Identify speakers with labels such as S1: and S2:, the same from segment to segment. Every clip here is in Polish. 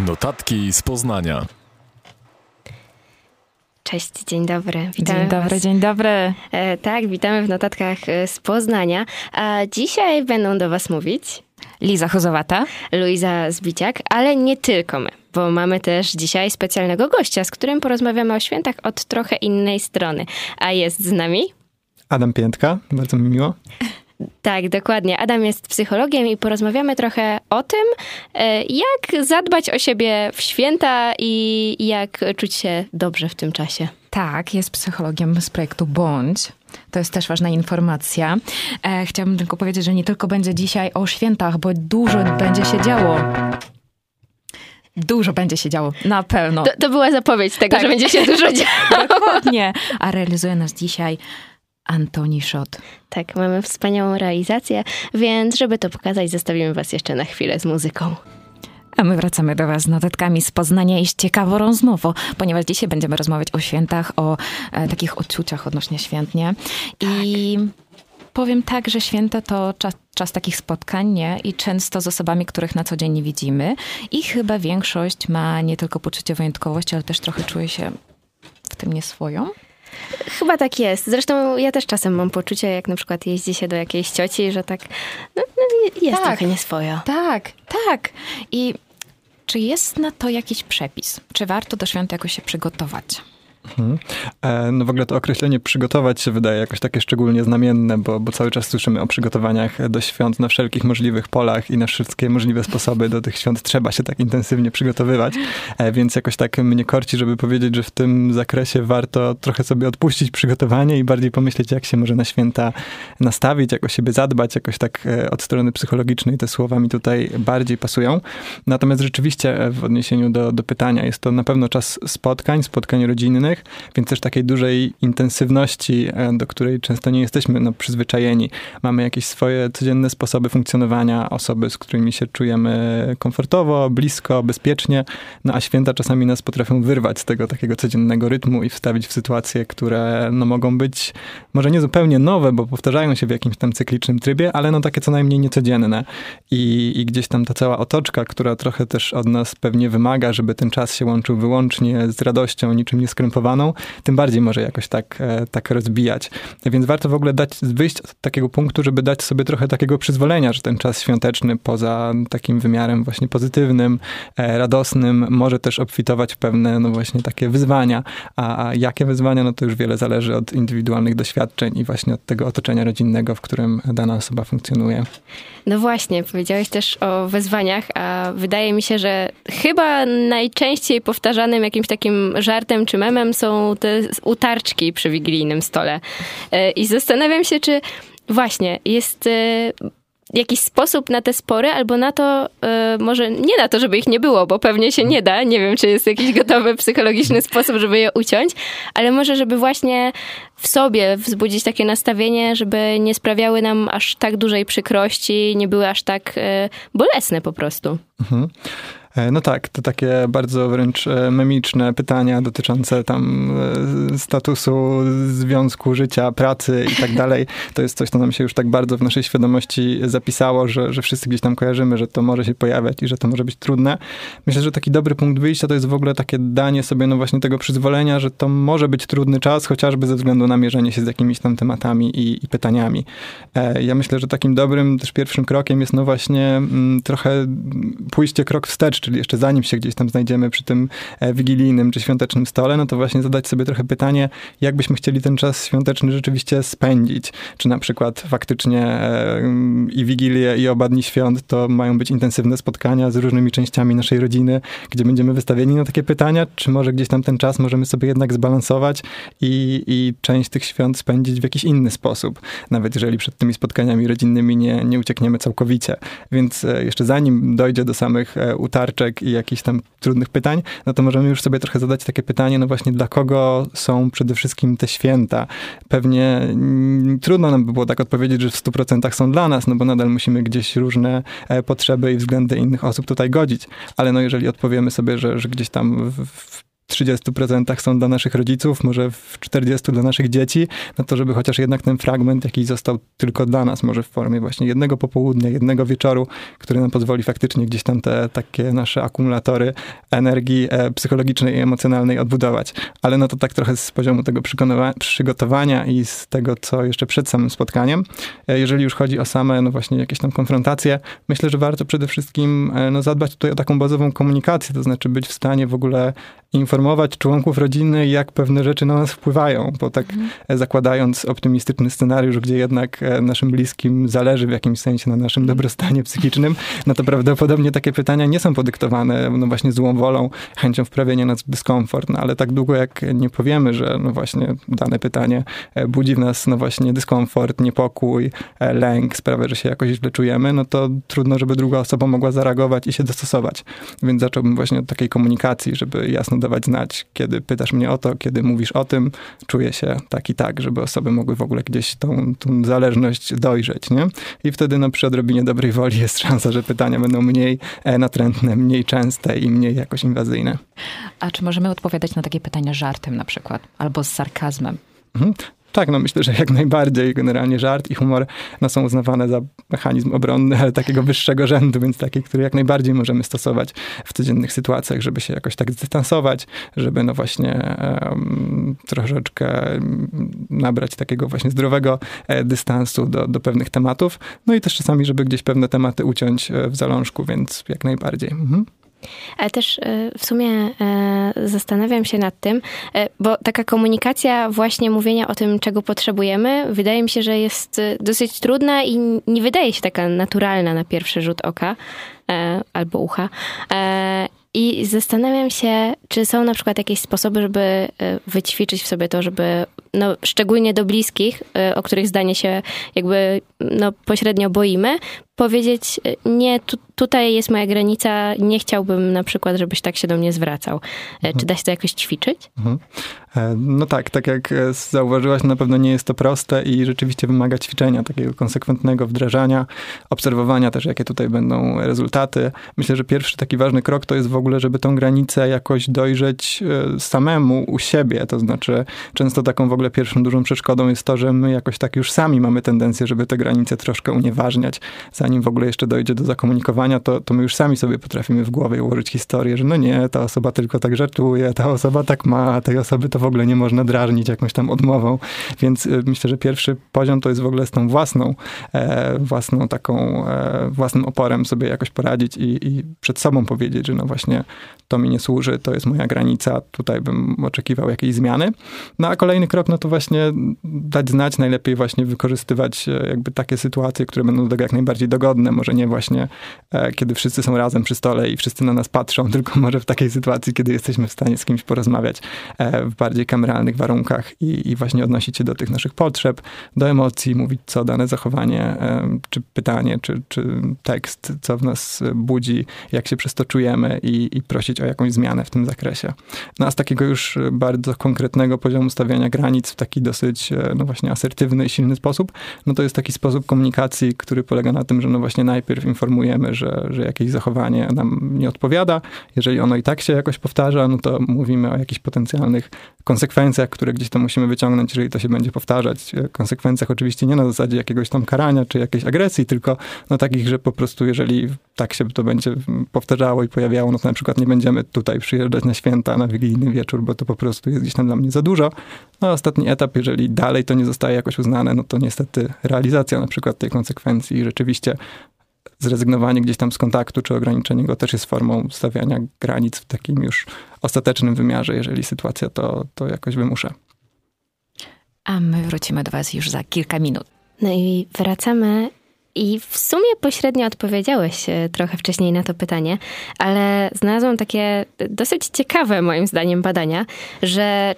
S1: Notatki z Poznania.
S2: Cześć, dzień dobry.
S3: Dzień dobry.
S2: Tak, witamy w Notatkach z Poznania. A dzisiaj będą do was mówić
S3: Liza Chozowata,
S2: Luiza Zbiciak, ale nie tylko my, bo mamy też dzisiaj specjalnego gościa, z którym porozmawiamy o świętach od trochę innej strony. A jest z nami
S4: Adam Piętka, bardzo mi miło.
S2: Tak, dokładnie. Adam jest psychologiem i porozmawiamy trochę o tym, jak zadbać o siebie w święta i jak czuć się dobrze w tym czasie.
S3: Tak, jest psychologiem z projektu Bądź. To jest też ważna informacja. Chciałabym tylko powiedzieć, że nie tylko będzie dzisiaj o świętach, bo dużo będzie się działo. Dużo będzie się działo, na pewno.
S2: To była zapowiedź tego, że będzie się dużo działo.
S3: Dokładnie. A realizuje nas dzisiaj Antoni Szot.
S2: Tak, mamy wspaniałą realizację, więc żeby to pokazać, zostawimy was jeszcze na chwilę z muzyką.
S3: A my wracamy do was z notatkami z Poznania i z ciekawą rozmową, ponieważ dzisiaj będziemy rozmawiać o świętach, o takich odczuciach odnośnie świąt, nie? I powiem tak, że święta to czas takich spotkań, nie? I często z osobami, których na co dzień nie widzimy. I chyba większość ma nie tylko poczucie wyjątkowości, ale też trochę czuje się w tym nieswoją.
S2: Chyba tak jest. Zresztą ja też czasem mam poczucie, jak na przykład jeździ się do jakiejś cioci, że tak jest trochę nieswojo.
S3: Tak. I czy jest na to jakiś przepis? Czy warto do świąt jakoś się przygotować?
S4: No w ogóle to określenie przygotować się wydaje jakoś takie szczególnie znamienne, bo cały czas słyszymy o przygotowaniach do świąt na wszelkich możliwych polach i na wszystkie możliwe sposoby do tych świąt trzeba się tak intensywnie przygotowywać, więc jakoś tak mnie korci, żeby powiedzieć, że w tym zakresie warto trochę sobie odpuścić przygotowanie i bardziej pomyśleć, jak się może na święta nastawić, jak o siebie zadbać, jakoś tak od strony psychologicznej te słowa mi tutaj bardziej pasują. Natomiast rzeczywiście w odniesieniu do pytania jest to na pewno czas spotkań rodzinnych, więc też takiej dużej intensywności, do której często nie jesteśmy przyzwyczajeni. Mamy jakieś swoje codzienne sposoby funkcjonowania, osoby, z którymi się czujemy komfortowo, blisko, bezpiecznie, a święta czasami nas potrafią wyrwać z tego takiego codziennego rytmu i wstawić w sytuacje, które mogą być może nie zupełnie nowe, bo powtarzają się w jakimś tam cyklicznym trybie, ale takie co najmniej niecodzienne. I gdzieś tam ta cała otoczka, która trochę też od nas pewnie wymaga, żeby ten czas się łączył wyłącznie z radością, niczym nieskrępowaną, tym bardziej może jakoś tak rozbijać. Więc warto w ogóle wyjść od takiego punktu, żeby dać sobie trochę takiego przyzwolenia, że ten czas świąteczny poza takim wymiarem właśnie pozytywnym, radosnym, może też obfitować w pewne właśnie takie wyzwania. A jakie wyzwania? To już wiele zależy od indywidualnych doświadczeń i właśnie od tego otoczenia rodzinnego, w którym dana osoba funkcjonuje.
S2: No właśnie, powiedziałeś też o wyzwaniach, a wydaje mi się, że chyba najczęściej powtarzanym jakimś takim żartem czy memem są te utarczki przy wigilijnym stole. I zastanawiam się, czy właśnie jest jakiś sposób na te spory, albo na to, może nie na to, żeby ich nie było, bo pewnie się nie da. Nie wiem, czy jest jakiś gotowy psychologiczny sposób, żeby je uciąć, ale może, żeby właśnie w sobie wzbudzić takie nastawienie, żeby nie sprawiały nam aż tak dużej przykrości, nie były aż tak bolesne po prostu. Mhm.
S4: No tak, to takie bardzo wręcz memiczne pytania dotyczące tam statusu, związku, życia, pracy i tak dalej. To jest coś, co nam się już tak bardzo w naszej świadomości zapisało, że wszyscy gdzieś tam kojarzymy, że to może się pojawiać i że to może być trudne. Myślę, że taki dobry punkt wyjścia to jest w ogóle takie danie sobie właśnie tego przyzwolenia, że to może być trudny czas, chociażby ze względu na mierzenie się z jakimiś tam tematami i pytaniami. Ja myślę, że takim dobrym też pierwszym krokiem jest właśnie trochę pójście krok wstecz, czyli jeszcze zanim się gdzieś tam znajdziemy przy tym wigilijnym czy świątecznym stole, to właśnie zadać sobie trochę pytanie, jak byśmy chcieli ten czas świąteczny rzeczywiście spędzić. Czy na przykład faktycznie i Wigilię, i oba dni świąt to mają być intensywne spotkania z różnymi częściami naszej rodziny, gdzie będziemy wystawieni na takie pytania, czy może gdzieś tam ten czas możemy sobie jednak zbalansować i część tych świąt spędzić w jakiś inny sposób. Nawet jeżeli przed tymi spotkaniami rodzinnymi nie uciekniemy całkowicie. Więc jeszcze zanim dojdzie do samych utarczek i jakichś tam trudnych pytań, to możemy już sobie trochę zadać takie pytanie, właśnie dla kogo są przede wszystkim te święta. Pewnie trudno nam by było tak odpowiedzieć, że w 100% są dla nas, bo nadal musimy gdzieś różne potrzeby i względy innych osób tutaj godzić. Ale jeżeli odpowiemy sobie, że gdzieś tam w 30% są dla naszych rodziców, może w 40% dla naszych dzieci, no to żeby chociaż jednak ten fragment jakiś został tylko dla nas, może w formie właśnie jednego popołudnia, jednego wieczoru, który nam pozwoli faktycznie gdzieś tam te takie nasze akumulatory energii psychologicznej i emocjonalnej odbudować. Ale no to tak trochę z poziomu tego przygotowania i z tego, co jeszcze przed samym spotkaniem. Jeżeli już chodzi o same, no właśnie jakieś tam konfrontacje, myślę, że warto przede wszystkim no zadbać tutaj o taką bazową komunikację, to znaczy być w stanie w ogóle informować członków rodziny, jak pewne rzeczy na nas wpływają, bo tak zakładając optymistyczny scenariusz, gdzie jednak naszym bliskim zależy w jakimś sensie na naszym dobrostanie psychicznym, no to prawdopodobnie takie pytania nie są podyktowane no właśnie złą wolą, chęcią wprawienia nas w dyskomfort, no ale tak długo jak nie powiemy, że no właśnie dane pytanie budzi w nas no właśnie dyskomfort, niepokój, lęk, sprawia, że się jakoś źle czujemy, no to trudno, żeby druga osoba mogła zareagować i się dostosować. Więc zacząłbym właśnie od takiej komunikacji, żeby jasno dawać znać, kiedy pytasz mnie o to, kiedy mówisz o tym, czuję się tak i tak, żeby osoby mogły w ogóle gdzieś tą zależność dojrzeć, nie? I wtedy no przy odrobinie dobrej woli jest szansa, że pytania będą mniej natrętne, mniej częste i mniej jakoś inwazyjne.
S3: A czy możemy odpowiadać na takie pytania żartem na przykład, albo z sarkazmem?
S4: Tak, no myślę, że jak najbardziej. Generalnie żart i humor no, są uznawane za mechanizm obronny, ale takiego wyższego rzędu, więc taki, który jak najbardziej możemy stosować w codziennych sytuacjach, żeby się jakoś tak zdystansować, żeby no właśnie troszeczkę nabrać takiego właśnie zdrowego dystansu do pewnych tematów. No i też czasami, żeby gdzieś pewne tematy uciąć w zalążku, więc jak najbardziej.
S2: Ale też w sumie zastanawiam się nad tym, bo taka komunikacja właśnie mówienia o tym, czego potrzebujemy, wydaje mi się, że jest dosyć trudna i nie wydaje się taka naturalna na pierwszy rzut oka albo ucha. I zastanawiam się, czy są na przykład jakieś sposoby, żeby wyćwiczyć w sobie to, żeby no, szczególnie do bliskich, o których zdanie się jakby no, pośrednio boimy, powiedzieć, nie, tutaj jest moja granica, nie chciałbym na przykład, żebyś tak się do mnie zwracał. Czy da się to jakoś ćwiczyć?
S4: No tak jak zauważyłaś, na pewno nie jest to proste i rzeczywiście wymaga ćwiczenia, takiego konsekwentnego wdrażania, obserwowania też, jakie tutaj będą rezultaty. Myślę, że pierwszy taki ważny krok to jest w ogóle, żeby tą granicę jakoś dojrzeć samemu u siebie. To znaczy często taką w ogóle pierwszą dużą przeszkodą jest to, że my jakoś tak już sami mamy tendencję, żeby te granice troszkę unieważniać. Zanim w ogóle jeszcze dojdzie do zakomunikowania, to my już sami sobie potrafimy w głowie ułożyć historię, że no nie, ta osoba tylko tak żartuje, ta osoba tak ma, tej osoby to w ogóle nie można drażnić jakąś tam odmową. Więc myślę, że pierwszy poziom to jest w ogóle z tą własnym oporem sobie jakoś poradzić i przed sobą powiedzieć, że no właśnie to mi nie służy, to jest moja granica, tutaj bym oczekiwał jakiejś zmiany. No a kolejny krok, no to właśnie dać znać, najlepiej właśnie wykorzystywać jakby takie sytuacje, które będą do tego jak najbardziej dogodne. Może nie właśnie, kiedy wszyscy są razem przy stole i wszyscy na nas patrzą, tylko może w takiej sytuacji, kiedy jesteśmy w stanie z kimś porozmawiać w bardziej kameralnych warunkach i właśnie odnosić się do tych naszych potrzeb, do emocji, mówić, co dane zachowanie, czy pytanie, czy tekst, co w nas budzi, jak się przez to czujemy i prosić o jakąś zmianę w tym zakresie. No a z takiego już bardzo konkretnego poziomu stawiania granic w taki dosyć, no właśnie asertywny i silny sposób, no to jest taki sposób komunikacji, który polega na tym, że no właśnie najpierw informujemy, że jakieś zachowanie nam nie odpowiada. Jeżeli ono i tak się jakoś powtarza, no to mówimy o jakichś potencjalnych konsekwencjach, które gdzieś tam musimy wyciągnąć, jeżeli to się będzie powtarzać. Konsekwencjach oczywiście nie na zasadzie jakiegoś tam karania, czy jakiejś agresji, tylko no takich, że po prostu jeżeli tak się to będzie powtarzało i pojawiało, no to na przykład nie będziemy tutaj przyjeżdżać na święta, na wigilijny wieczór, bo to po prostu jest gdzieś tam dla mnie za dużo. No a ostatni etap, jeżeli dalej to nie zostaje jakoś uznane, no to niestety realizacja na przykład tej konsekwencji i rzeczywiście zrezygnowanie gdzieś tam z kontaktu, czy ograniczenie go też jest formą stawiania granic w takim już ostatecznym wymiarze, jeżeli sytuacja to jakoś wymusza.
S3: A my wrócimy do was już za kilka minut.
S2: No i wracamy i w sumie pośrednio odpowiedziałeś trochę wcześniej na to pytanie, ale znalazłam takie dosyć ciekawe moim zdaniem badania, że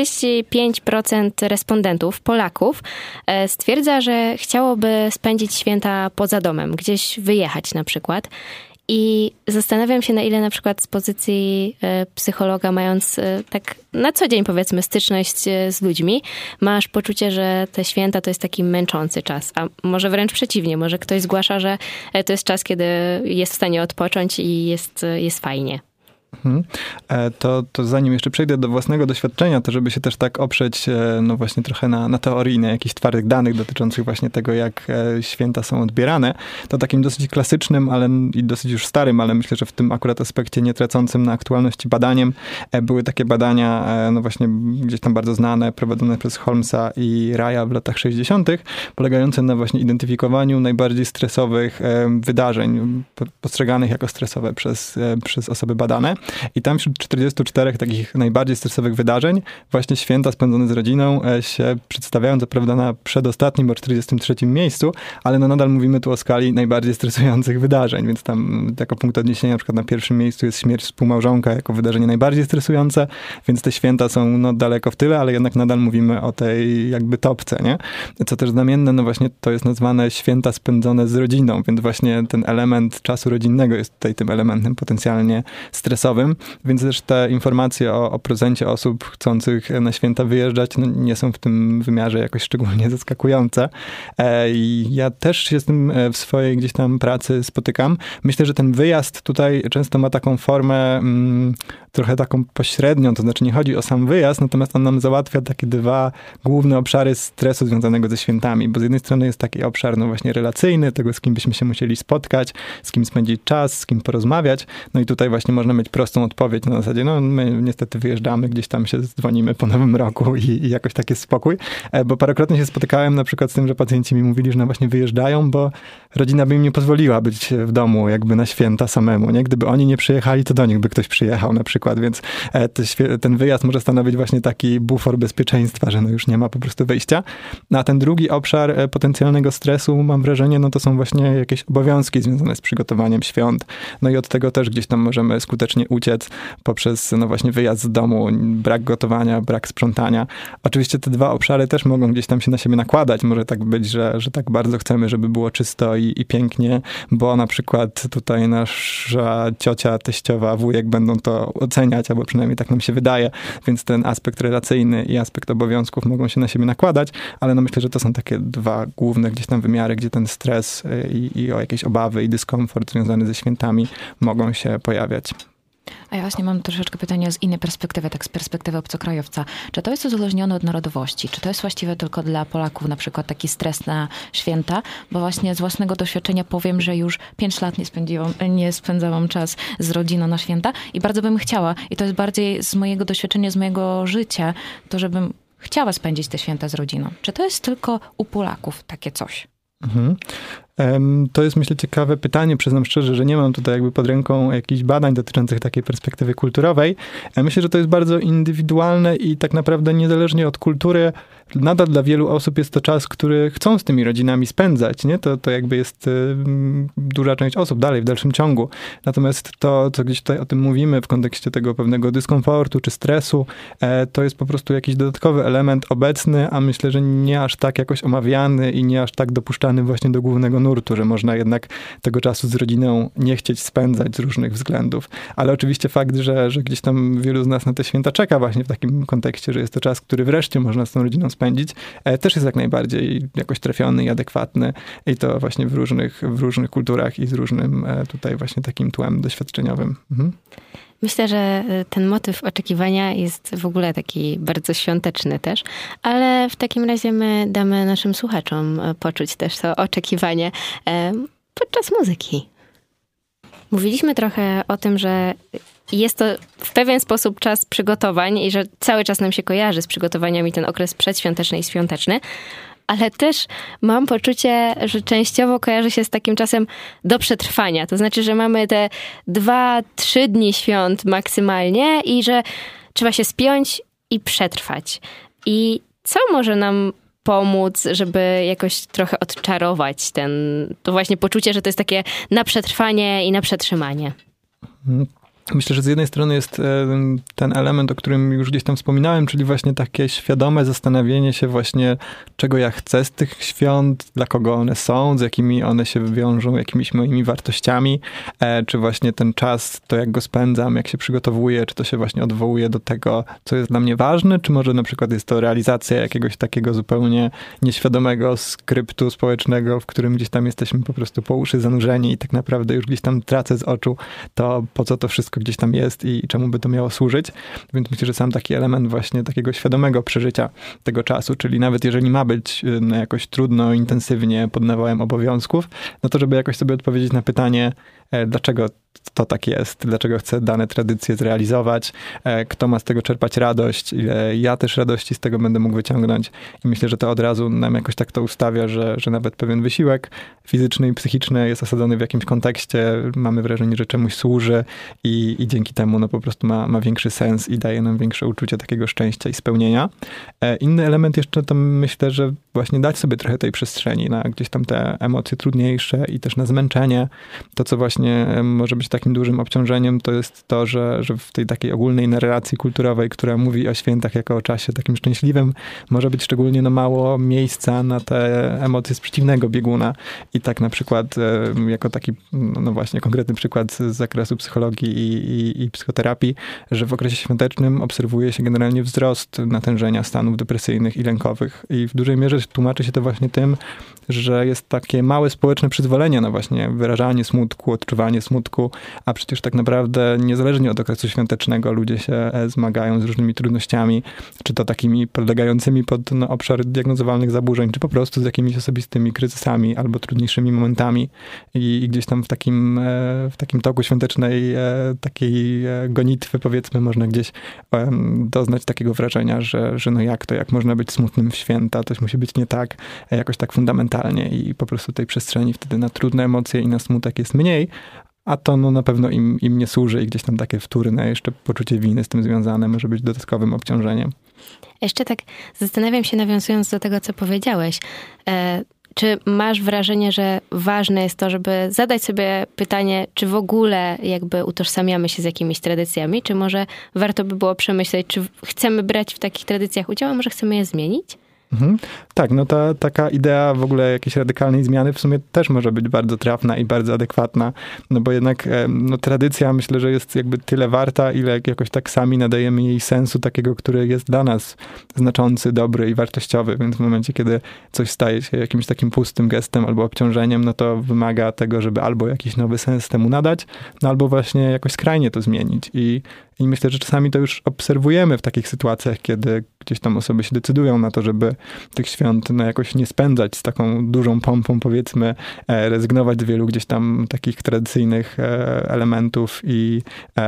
S2: 45% respondentów, Polaków, stwierdza, że chciałoby spędzić święta poza domem, gdzieś wyjechać na przykład. I zastanawiam się, na ile na przykład z pozycji psychologa, mając tak na co dzień powiedzmy styczność z ludźmi, masz poczucie, że te święta to jest taki męczący czas. A może wręcz przeciwnie, może ktoś zgłasza, że to jest czas, kiedy jest w stanie odpocząć i jest fajnie.
S4: To zanim jeszcze przejdę do własnego doświadczenia, to żeby się też tak oprzeć, no właśnie trochę na teorii, na jakichś twardych danych dotyczących właśnie tego, jak święta są odbierane, to takim dosyć klasycznym, ale i dosyć już starym, ale myślę, że w tym akurat aspekcie nie tracącym na aktualności badaniem, były takie badania, no właśnie gdzieś tam bardzo znane, prowadzone przez Holmesa i Raya w latach 60., polegające na właśnie identyfikowaniu najbardziej stresowych wydarzeń, postrzeganych jako stresowe przez osoby badane. I tam wśród 44 takich najbardziej stresowych wydarzeń właśnie święta spędzone z rodziną się przedstawiają, co prawda na przedostatnim, o 43 miejscu, ale no nadal mówimy tu o skali najbardziej stresujących wydarzeń, więc tam jako punkt odniesienia na przykład na pierwszym miejscu jest śmierć współmałżonka jako wydarzenie najbardziej stresujące, więc te święta są no daleko w tyle, ale jednak nadal mówimy o tej jakby topce, nie? Co też znamienne, no właśnie to jest nazwane święta spędzone z rodziną, więc właśnie ten element czasu rodzinnego jest tutaj tym elementem potencjalnie stresowym, więc też te informacje o procencie osób chcących na święta wyjeżdżać no nie są w tym wymiarze jakoś szczególnie zaskakujące. I ja też się z tym w swojej gdzieś tam pracy spotykam. Myślę, że ten wyjazd tutaj często ma taką formę trochę taką pośrednią, to znaczy nie chodzi o sam wyjazd, natomiast on nam załatwia takie dwa główne obszary stresu związanego ze świętami, bo z jednej strony jest taki obszar no właśnie relacyjny, tego z kim byśmy się musieli spotkać, z kim spędzić czas, z kim porozmawiać, no i tutaj właśnie można mieć prostą odpowiedź na zasadzie, no my niestety wyjeżdżamy, gdzieś tam się dzwonimy po Nowym Roku i jakoś tak jest spokój, bo parokrotnie się spotykałem na przykład z tym, że pacjenci mi mówili, że no właśnie wyjeżdżają, bo rodzina by im nie pozwoliła być w domu jakby na święta samemu, nie? Gdyby oni nie przyjechali, to do nich by ktoś przyjechał na przykład, więc ten wyjazd może stanowić właśnie taki bufor bezpieczeństwa, że no już nie ma po prostu wyjścia. A ten drugi obszar potencjalnego stresu, mam wrażenie, no to są właśnie jakieś obowiązki związane z przygotowaniem świąt. No i od tego też gdzieś tam możemy skutecznie uciec poprzez no właśnie wyjazd z domu, brak gotowania, brak sprzątania. Oczywiście te dwa obszary też mogą gdzieś tam się na siebie nakładać. Może tak być, że tak bardzo chcemy, żeby było czysto i pięknie, bo na przykład tutaj nasza ciocia, teściowa, wujek będą to oceniać, albo przynajmniej tak nam się wydaje, więc ten aspekt relacyjny i aspekt obowiązków mogą się na siebie nakładać, ale no myślę, że to są takie dwa główne gdzieś tam wymiary, gdzie ten stres i o jakieś obawy i dyskomfort związany ze świętami mogą się pojawiać.
S3: A ja właśnie mam troszeczkę pytania z innej perspektywy, tak z perspektywy obcokrajowca. Czy to jest uzależnione od narodowości? Czy to jest właściwe tylko dla Polaków, na przykład taki stres na święta? Bo właśnie z własnego doświadczenia powiem, że już 5 lat nie spędzałam czas z rodziną na święta i bardzo bym chciała. I to jest bardziej z mojego doświadczenia, z mojego życia, to żebym chciała spędzić te święta z rodziną. Czy to jest tylko u Polaków takie coś?
S4: Mhm. To jest, myślę, ciekawe pytanie. Przyznam szczerze, że nie mam tutaj jakby pod ręką jakichś badań dotyczących takiej perspektywy kulturowej. Myślę, że to jest bardzo indywidualne i tak naprawdę niezależnie od kultury, nadal dla wielu osób jest to czas, który chcą z tymi rodzinami spędzać, nie? To jakby jest duża część osób dalej w dalszym ciągu. Natomiast to, co gdzieś tutaj o tym mówimy w kontekście tego pewnego dyskomfortu czy stresu, to jest po prostu jakiś dodatkowy element obecny, a myślę, że nie aż tak jakoś omawiany i nie aż tak dopuszczany właśnie do głównego nurtu, że można jednak tego czasu z rodziną nie chcieć spędzać z różnych względów. Ale oczywiście fakt, że gdzieś tam wielu z nas na te święta czeka właśnie w takim kontekście, że jest to czas, który wreszcie można z tą rodziną spędzić, też jest jak najbardziej jakoś trafiony i adekwatny i to właśnie w różnych kulturach i z różnym tutaj właśnie takim tłem doświadczeniowym. Mhm.
S2: Myślę, że ten motyw oczekiwania jest w ogóle taki bardzo świąteczny też, ale w takim razie my damy naszym słuchaczom poczuć też to oczekiwanie podczas muzyki. Mówiliśmy trochę o tym, że jest to w pewien sposób czas przygotowań i że cały czas nam się kojarzy z przygotowaniami ten okres przedświąteczny i świąteczny, ale też mam poczucie, że częściowo kojarzy się z takim czasem do przetrwania. To znaczy, że mamy te 2-3 dni świąt maksymalnie i że trzeba się spiąć i przetrwać. I co może nam pomóc, żeby jakoś trochę odczarować to właśnie poczucie, że to jest takie na przetrwanie i na przetrzymanie?
S4: Myślę, że z jednej strony jest ten element, o którym już gdzieś tam wspominałem, czyli właśnie takie świadome zastanowienie się właśnie, czego ja chcę z tych świąt, dla kogo one są, z jakimi one się wiążą, jakimiś moimi wartościami, czy właśnie ten czas, to jak go spędzam, jak się przygotowuję, czy to się właśnie odwołuje do tego, co jest dla mnie ważne, czy może na przykład jest to realizacja jakiegoś takiego zupełnie nieświadomego skryptu społecznego, w którym gdzieś tam jesteśmy po prostu po uszy zanurzeni i tak naprawdę już gdzieś tam tracę z oczu to, po co to wszystko wszystko gdzieś tam jest i czemu by to miało służyć. Więc myślę, że sam taki element właśnie takiego świadomego przeżycia tego czasu, czyli nawet jeżeli ma być jakoś trudno, intensywnie, pod nawołem obowiązków, no to żeby jakoś sobie odpowiedzieć na pytanie, dlaczego to tak jest, dlaczego chcę dane tradycje zrealizować, kto ma z tego czerpać radość, ile ja też radości z tego będę mógł wyciągnąć. I myślę, że to od razu nam jakoś tak to ustawia, że nawet pewien wysiłek fizyczny i psychiczny jest osadzony w jakimś kontekście, mamy wrażenie, że czemuś służy i dzięki temu no po prostu ma większy sens i daje nam większe uczucie takiego szczęścia i spełnienia. Inny element jeszcze to myślę, że właśnie dać sobie trochę tej przestrzeni na gdzieś tam te emocje trudniejsze i też na zmęczenie. To, co właśnie może być takim dużym obciążeniem, to jest to, że w tej takiej ogólnej narracji kulturowej, która mówi o świętach jako o czasie takim szczęśliwym, może być szczególnie mało miejsca na te emocje z przeciwnego bieguna. I tak na przykład jako taki, no właśnie konkretny przykład z zakresu psychologii i psychoterapii, że w okresie świątecznym obserwuje się generalnie wzrost natężenia stanów depresyjnych i lękowych. I w dużej mierze tłumaczy się to właśnie tym, że jest takie małe społeczne przyzwolenie na właśnie wyrażanie smutku, odczuwanie smutku, a przecież tak naprawdę niezależnie od okresu świątecznego ludzie się zmagają z różnymi trudnościami, czy to takimi podlegającymi pod obszar diagnozowalnych zaburzeń, czy po prostu z jakimiś osobistymi kryzysami albo trudniejszymi momentami i gdzieś tam w takim toku świątecznej takiej gonitwy, powiedzmy, można gdzieś doznać takiego wrażenia, że no jak można być smutnym w święta, coś musi być nie tak, jakoś tak fundamentalnie i po prostu tej przestrzeni wtedy na trudne emocje i na smutek jest mniej, a to no na pewno im nie służy i gdzieś tam takie wtórne jeszcze poczucie winy z tym związane może być dodatkowym obciążeniem.
S2: Jeszcze tak zastanawiam się, nawiązując do tego, co powiedziałeś, czy masz wrażenie, że ważne jest to, żeby zadać sobie pytanie, czy w ogóle jakby utożsamiamy się z jakimiś tradycjami, czy może warto by było przemyśleć, czy chcemy brać w takich tradycjach udział, a może chcemy je zmienić?
S4: Tak, no taka idea w ogóle jakiejś radykalnej zmiany w sumie też może być bardzo trafna i bardzo adekwatna, no bo jednak no, tradycja myślę, że jest jakby tyle warta, ile jakoś tak sami nadajemy jej sensu takiego, który jest dla nas znaczący, dobry i wartościowy, więc w momencie, kiedy coś staje się jakimś takim pustym gestem albo obciążeniem, no to wymaga tego, żeby albo jakiś nowy sens temu nadać, no albo właśnie jakoś skrajnie to zmienić i myślę, że czasami to już obserwujemy w takich sytuacjach, kiedy gdzieś tam osoby się decydują na to, żeby tych świąt no jakoś nie spędzać z taką dużą pompą, powiedzmy, rezygnować z wielu gdzieś tam takich tradycyjnych elementów i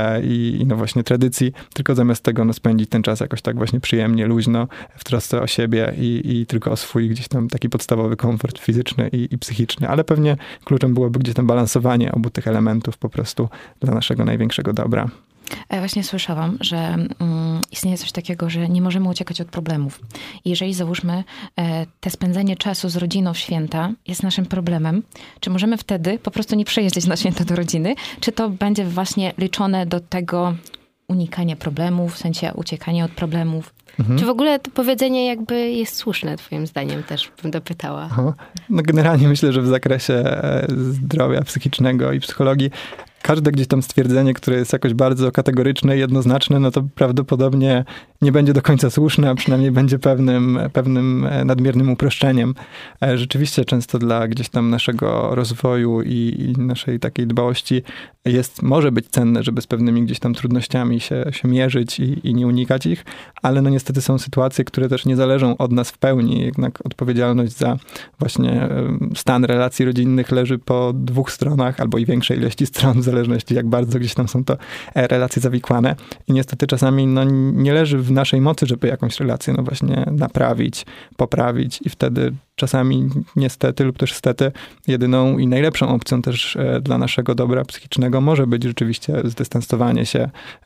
S4: no właśnie tradycji, tylko zamiast tego no spędzić ten czas jakoś tak właśnie przyjemnie, luźno, w trosce o siebie i tylko o swój gdzieś tam taki podstawowy komfort fizyczny i psychiczny, ale pewnie kluczem byłoby gdzieś tam balansowanie obu tych elementów po prostu dla naszego największego dobra.
S3: Właśnie słyszałam, że istnieje coś takiego, że nie możemy uciekać od problemów. I jeżeli załóżmy, te spędzenie czasu z rodziną w święta jest naszym problemem, czy możemy wtedy po prostu nie przyjeździć na święta do rodziny? Czy to będzie właśnie liczone do tego unikania problemów, w sensie uciekania od problemów?
S2: Czy w ogóle to powiedzenie jakby jest słuszne twoim zdaniem, też bym dopytała.
S4: No generalnie myślę, że w zakresie zdrowia psychicznego i psychologii każde gdzieś tam stwierdzenie, które jest jakoś bardzo kategoryczne i jednoznaczne, no to prawdopodobnie nie będzie do końca słuszne, a przynajmniej będzie pewnym nadmiernym uproszczeniem. Rzeczywiście często dla gdzieś tam naszego rozwoju i naszej takiej dbałości może być cenne, żeby z pewnymi gdzieś tam trudnościami się mierzyć i nie unikać ich, ale no niestety są sytuacje, które też nie zależą od nas w pełni. Jednak odpowiedzialność za właśnie stan relacji rodzinnych leży po dwóch stronach albo i większej ilości stron, w zależności jak bardzo gdzieś tam są to relacje zawikłane. I niestety czasami no, nie leży w naszej mocy, żeby jakąś relację no właśnie naprawić, poprawić i wtedy czasami niestety lub też stety jedyną i najlepszą opcją też dla naszego dobra psychicznego może być rzeczywiście zdystansowanie się,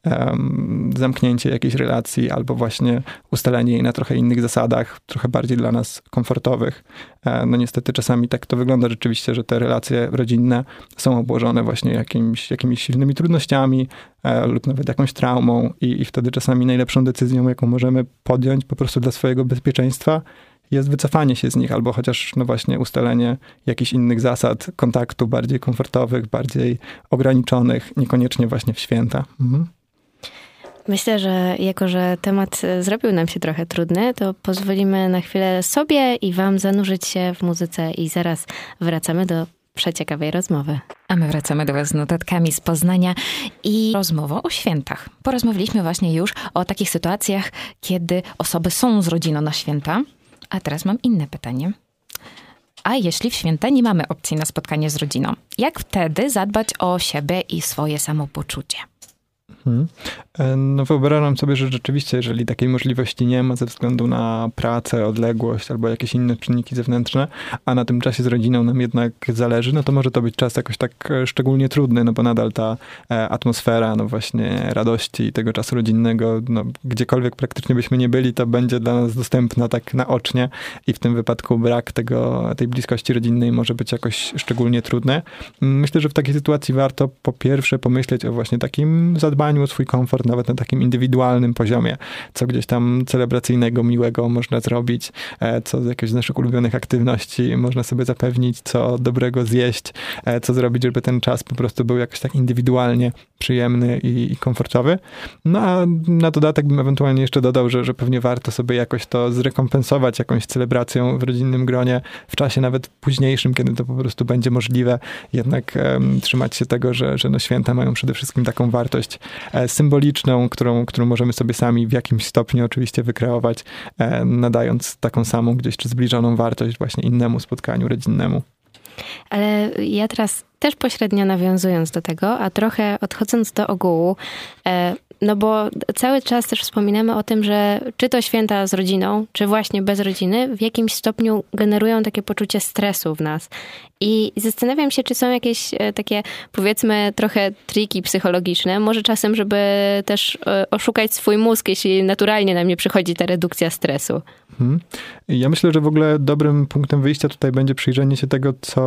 S4: zamknięcie jakiejś relacji albo właśnie ustalenie jej na trochę innych zasadach, trochę bardziej dla nas komfortowych. No niestety czasami tak to wygląda rzeczywiście, że te relacje rodzinne są obłożone właśnie jakimiś silnymi trudnościami lub nawet jakąś traumą i wtedy czasami najlepszą decyzją, jaką możemy podjąć po prostu dla swojego bezpieczeństwa, jest wycofanie się z nich, albo chociaż no właśnie ustalenie jakichś innych zasad kontaktu, bardziej komfortowych, bardziej ograniczonych, niekoniecznie właśnie w święta.
S2: Myślę, że jako, że temat zrobił nam się trochę trudny, to pozwolimy na chwilę sobie i wam zanurzyć się w muzyce i zaraz wracamy do przeciekawej rozmowy.
S3: A my wracamy do was z notatkami z Poznania i rozmową o świętach. Porozmawialiśmy właśnie już o takich sytuacjach, kiedy osoby są z rodziną na święta. A teraz mam inne pytanie. A jeśli w święta nie mamy opcji na spotkanie z rodziną, jak wtedy zadbać o siebie i swoje samopoczucie?
S4: No wyobrażam sobie, że rzeczywiście, jeżeli takiej możliwości nie ma ze względu na pracę, odległość albo jakieś inne czynniki zewnętrzne, a na tym czasie z rodziną nam jednak zależy, no to może to być czas jakoś tak szczególnie trudny, no bo nadal ta atmosfera, no właśnie radości i tego czasu rodzinnego, no gdziekolwiek praktycznie byśmy nie byli, to będzie dla nas dostępna tak naocznie i w tym wypadku brak tej bliskości rodzinnej może być jakoś szczególnie trudny. Myślę, że w takiej sytuacji warto po pierwsze pomyśleć o właśnie takim zadbaniu o swój komfort, nawet na takim indywidualnym poziomie, co gdzieś tam celebracyjnego, miłego można zrobić, co z jakichś z naszych ulubionych aktywności można sobie zapewnić, co dobrego zjeść, co zrobić, żeby ten czas po prostu był jakoś tak indywidualnie przyjemny i komfortowy. No a na dodatek bym ewentualnie jeszcze dodał, że pewnie warto sobie jakoś to zrekompensować jakąś celebracją w rodzinnym gronie, w czasie nawet późniejszym, kiedy to po prostu będzie możliwe, jednak trzymać się tego, że no święta mają przede wszystkim taką wartość symboliczną, którą możemy sobie sami w jakimś stopniu oczywiście wykreować, nadając taką samą gdzieś czy zbliżoną wartość właśnie innemu spotkaniu rodzinnemu.
S2: Ale ja teraz też pośrednio nawiązując do tego, a trochę odchodząc do ogółu, no bo cały czas też wspominamy o tym, że czy to święta z rodziną, czy właśnie bez rodziny, w jakimś stopniu generują takie poczucie stresu w nas. I zastanawiam się, czy są jakieś takie, powiedzmy, trochę triki psychologiczne, może czasem, żeby też oszukać swój mózg, jeśli naturalnie nam nie przychodzi ta redukcja stresu.
S4: Ja myślę, że w ogóle dobrym punktem wyjścia tutaj będzie przyjrzenie się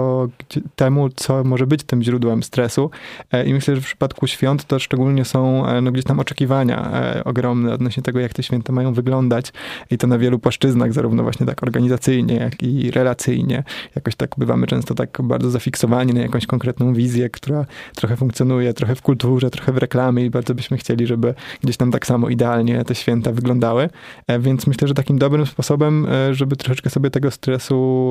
S4: temu, co może być tym źródłem stresu. I myślę, że w przypadku świąt to szczególnie są no, gdzieś tam oczekiwania ogromne odnośnie tego, jak te święta mają wyglądać. I to na wielu płaszczyznach, zarówno właśnie tak organizacyjnie, jak i relacyjnie. Jakoś tak bywamy często tak bardzo zafiksowani na jakąś konkretną wizję, która trochę funkcjonuje, trochę w kulturze, trochę w reklamie i bardzo byśmy chcieli, żeby gdzieś tam tak samo idealnie te święta wyglądały. Więc myślę, że takim dobrym sposobem, żeby troszeczkę sobie tego stresu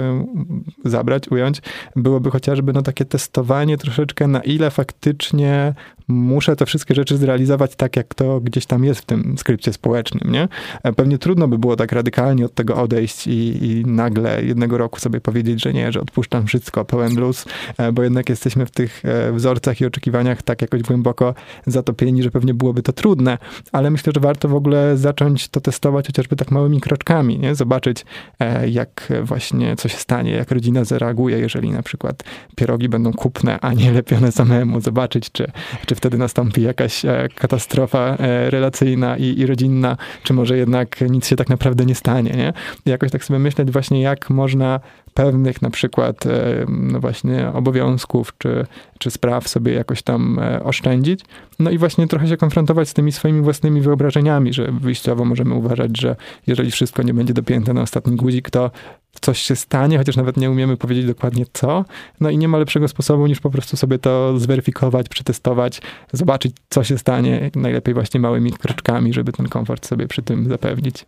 S4: ująć, byłoby chociażby no takie testowanie troszeczkę, na ile faktycznie muszę te wszystkie rzeczy zrealizować tak, jak to gdzieś tam jest w tym skrypcie społecznym, nie? Pewnie trudno by było tak radykalnie od tego odejść i nagle jednego roku sobie powiedzieć, że nie, że odpuszczam wszystko, pełen luz, bo jednak jesteśmy w tych wzorcach i oczekiwaniach tak jakoś głęboko zatopieni, że pewnie byłoby to trudne, ale myślę, że warto w ogóle zacząć to testować chociażby tak małymi kroczkami, nie? Zobaczyć, jak właśnie co się stanie, jak rodzina zareaguje, jeżeli na przykład pierogi będą kupne, a nie lepione samemu. Zobaczyć, czy wtedy nastąpi jakaś katastrofa relacyjna i rodzinna, czy może jednak nic się tak naprawdę nie stanie, nie? I jakoś tak sobie myśleć właśnie, jak można pewnych na przykład no właśnie obowiązków czy spraw sobie jakoś tam oszczędzić. No i właśnie trochę się konfrontować z tymi swoimi własnymi wyobrażeniami, że wyjściowo możemy uważać, że jeżeli wszystko nie będzie dopięte na ostatni guzik, to coś się stanie, chociaż nawet nie umiemy powiedzieć dokładnie co. No i nie ma lepszego sposobu niż po prostu sobie to zweryfikować, przetestować, zobaczyć co się stanie, najlepiej właśnie małymi kroczkami, żeby ten komfort sobie przy tym zapewnić.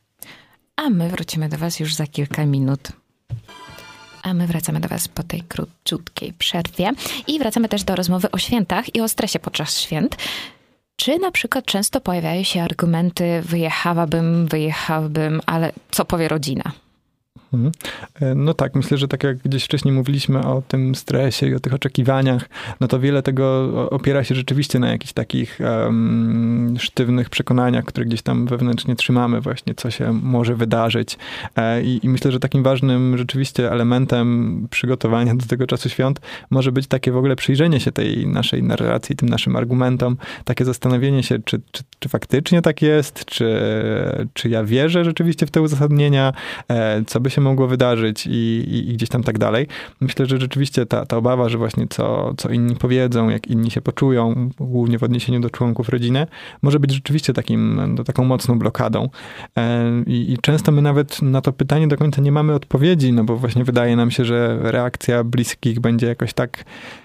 S3: A my wrócimy do was już za kilka minut. A my wracamy do was po tej króciutkiej przerwie i wracamy też do rozmowy o świętach i o stresie podczas świąt. Czy na przykład często pojawiają się argumenty wyjechałabym, ale co powie rodzina?
S4: No tak, myślę, że tak jak gdzieś wcześniej mówiliśmy o tym stresie i o tych oczekiwaniach, no to wiele tego opiera się rzeczywiście na jakichś takich sztywnych przekonaniach, które gdzieś tam wewnętrznie trzymamy właśnie, co się może wydarzyć. I myślę, że takim ważnym rzeczywiście elementem przygotowania do tego czasu świąt może być takie w ogóle przyjrzenie się tej naszej narracji, tym naszym argumentom, takie zastanowienie się, czy faktycznie tak jest, czy ja wierzę rzeczywiście w te uzasadnienia, co by się mogło wydarzyć i gdzieś tam tak dalej. Myślę, że rzeczywiście ta obawa, że właśnie co inni powiedzą, jak inni się poczują, głównie w odniesieniu do członków rodziny, może być rzeczywiście taką mocną blokadą. I często my nawet na to pytanie do końca nie mamy odpowiedzi, no bo właśnie wydaje nam się, że reakcja bliskich będzie jakoś tak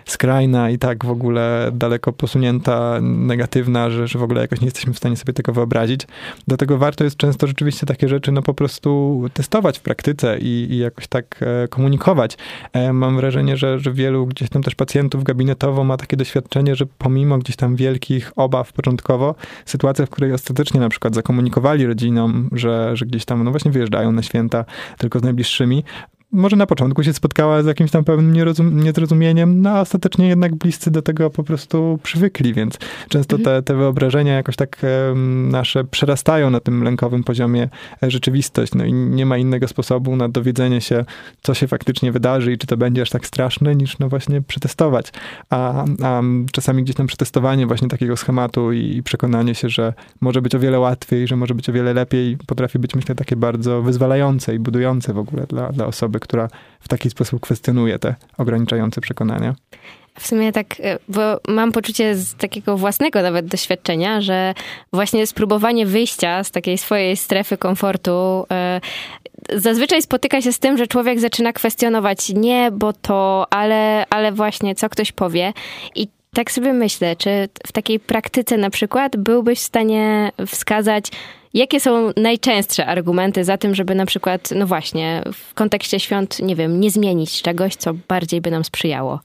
S4: skrajna i tak w ogóle daleko posunięta, negatywna, że w ogóle jakoś nie jesteśmy w stanie sobie tego wyobrazić. Dlatego warto jest często rzeczywiście takie rzeczy po prostu testować w praktyce i jakoś tak komunikować. Mam wrażenie, że wielu gdzieś tam też pacjentów gabinetowo ma takie doświadczenie, że pomimo gdzieś tam wielkich obaw początkowo, sytuacja, w której ostatecznie na przykład zakomunikowali rodzinom, że gdzieś tam właśnie wyjeżdżają na święta tylko z najbliższymi, może na początku się spotkała z jakimś tam pewnym niezrozumieniem, a ostatecznie jednak bliscy do tego po prostu przywykli, więc często te wyobrażenia jakoś tak nasze przerastają na tym lękowym poziomie rzeczywistość. No i nie ma innego sposobu na dowiedzenie się, co się faktycznie wydarzy i czy to będzie aż tak straszne, niż właśnie przetestować. A czasami gdzieś tam przetestowanie właśnie takiego schematu i przekonanie się, że może być o wiele łatwiej, że może być o wiele lepiej, potrafi być, myślę, takie bardzo wyzwalające i budujące w ogóle dla osoby, która w taki sposób kwestionuje te ograniczające przekonania.
S2: W sumie tak, bo mam poczucie z takiego własnego nawet doświadczenia, że właśnie spróbowanie wyjścia z takiej swojej strefy komfortu zazwyczaj spotyka się z tym, że człowiek zaczyna kwestionować nie, bo to, ale właśnie co ktoś powie. I tak sobie myślę, czy w takiej praktyce na przykład byłbyś w stanie wskazać, jakie są najczęstsze argumenty za tym, żeby na przykład, no właśnie, w kontekście świąt, nie wiem, nie zmienić czegoś, co bardziej by nam sprzyjało?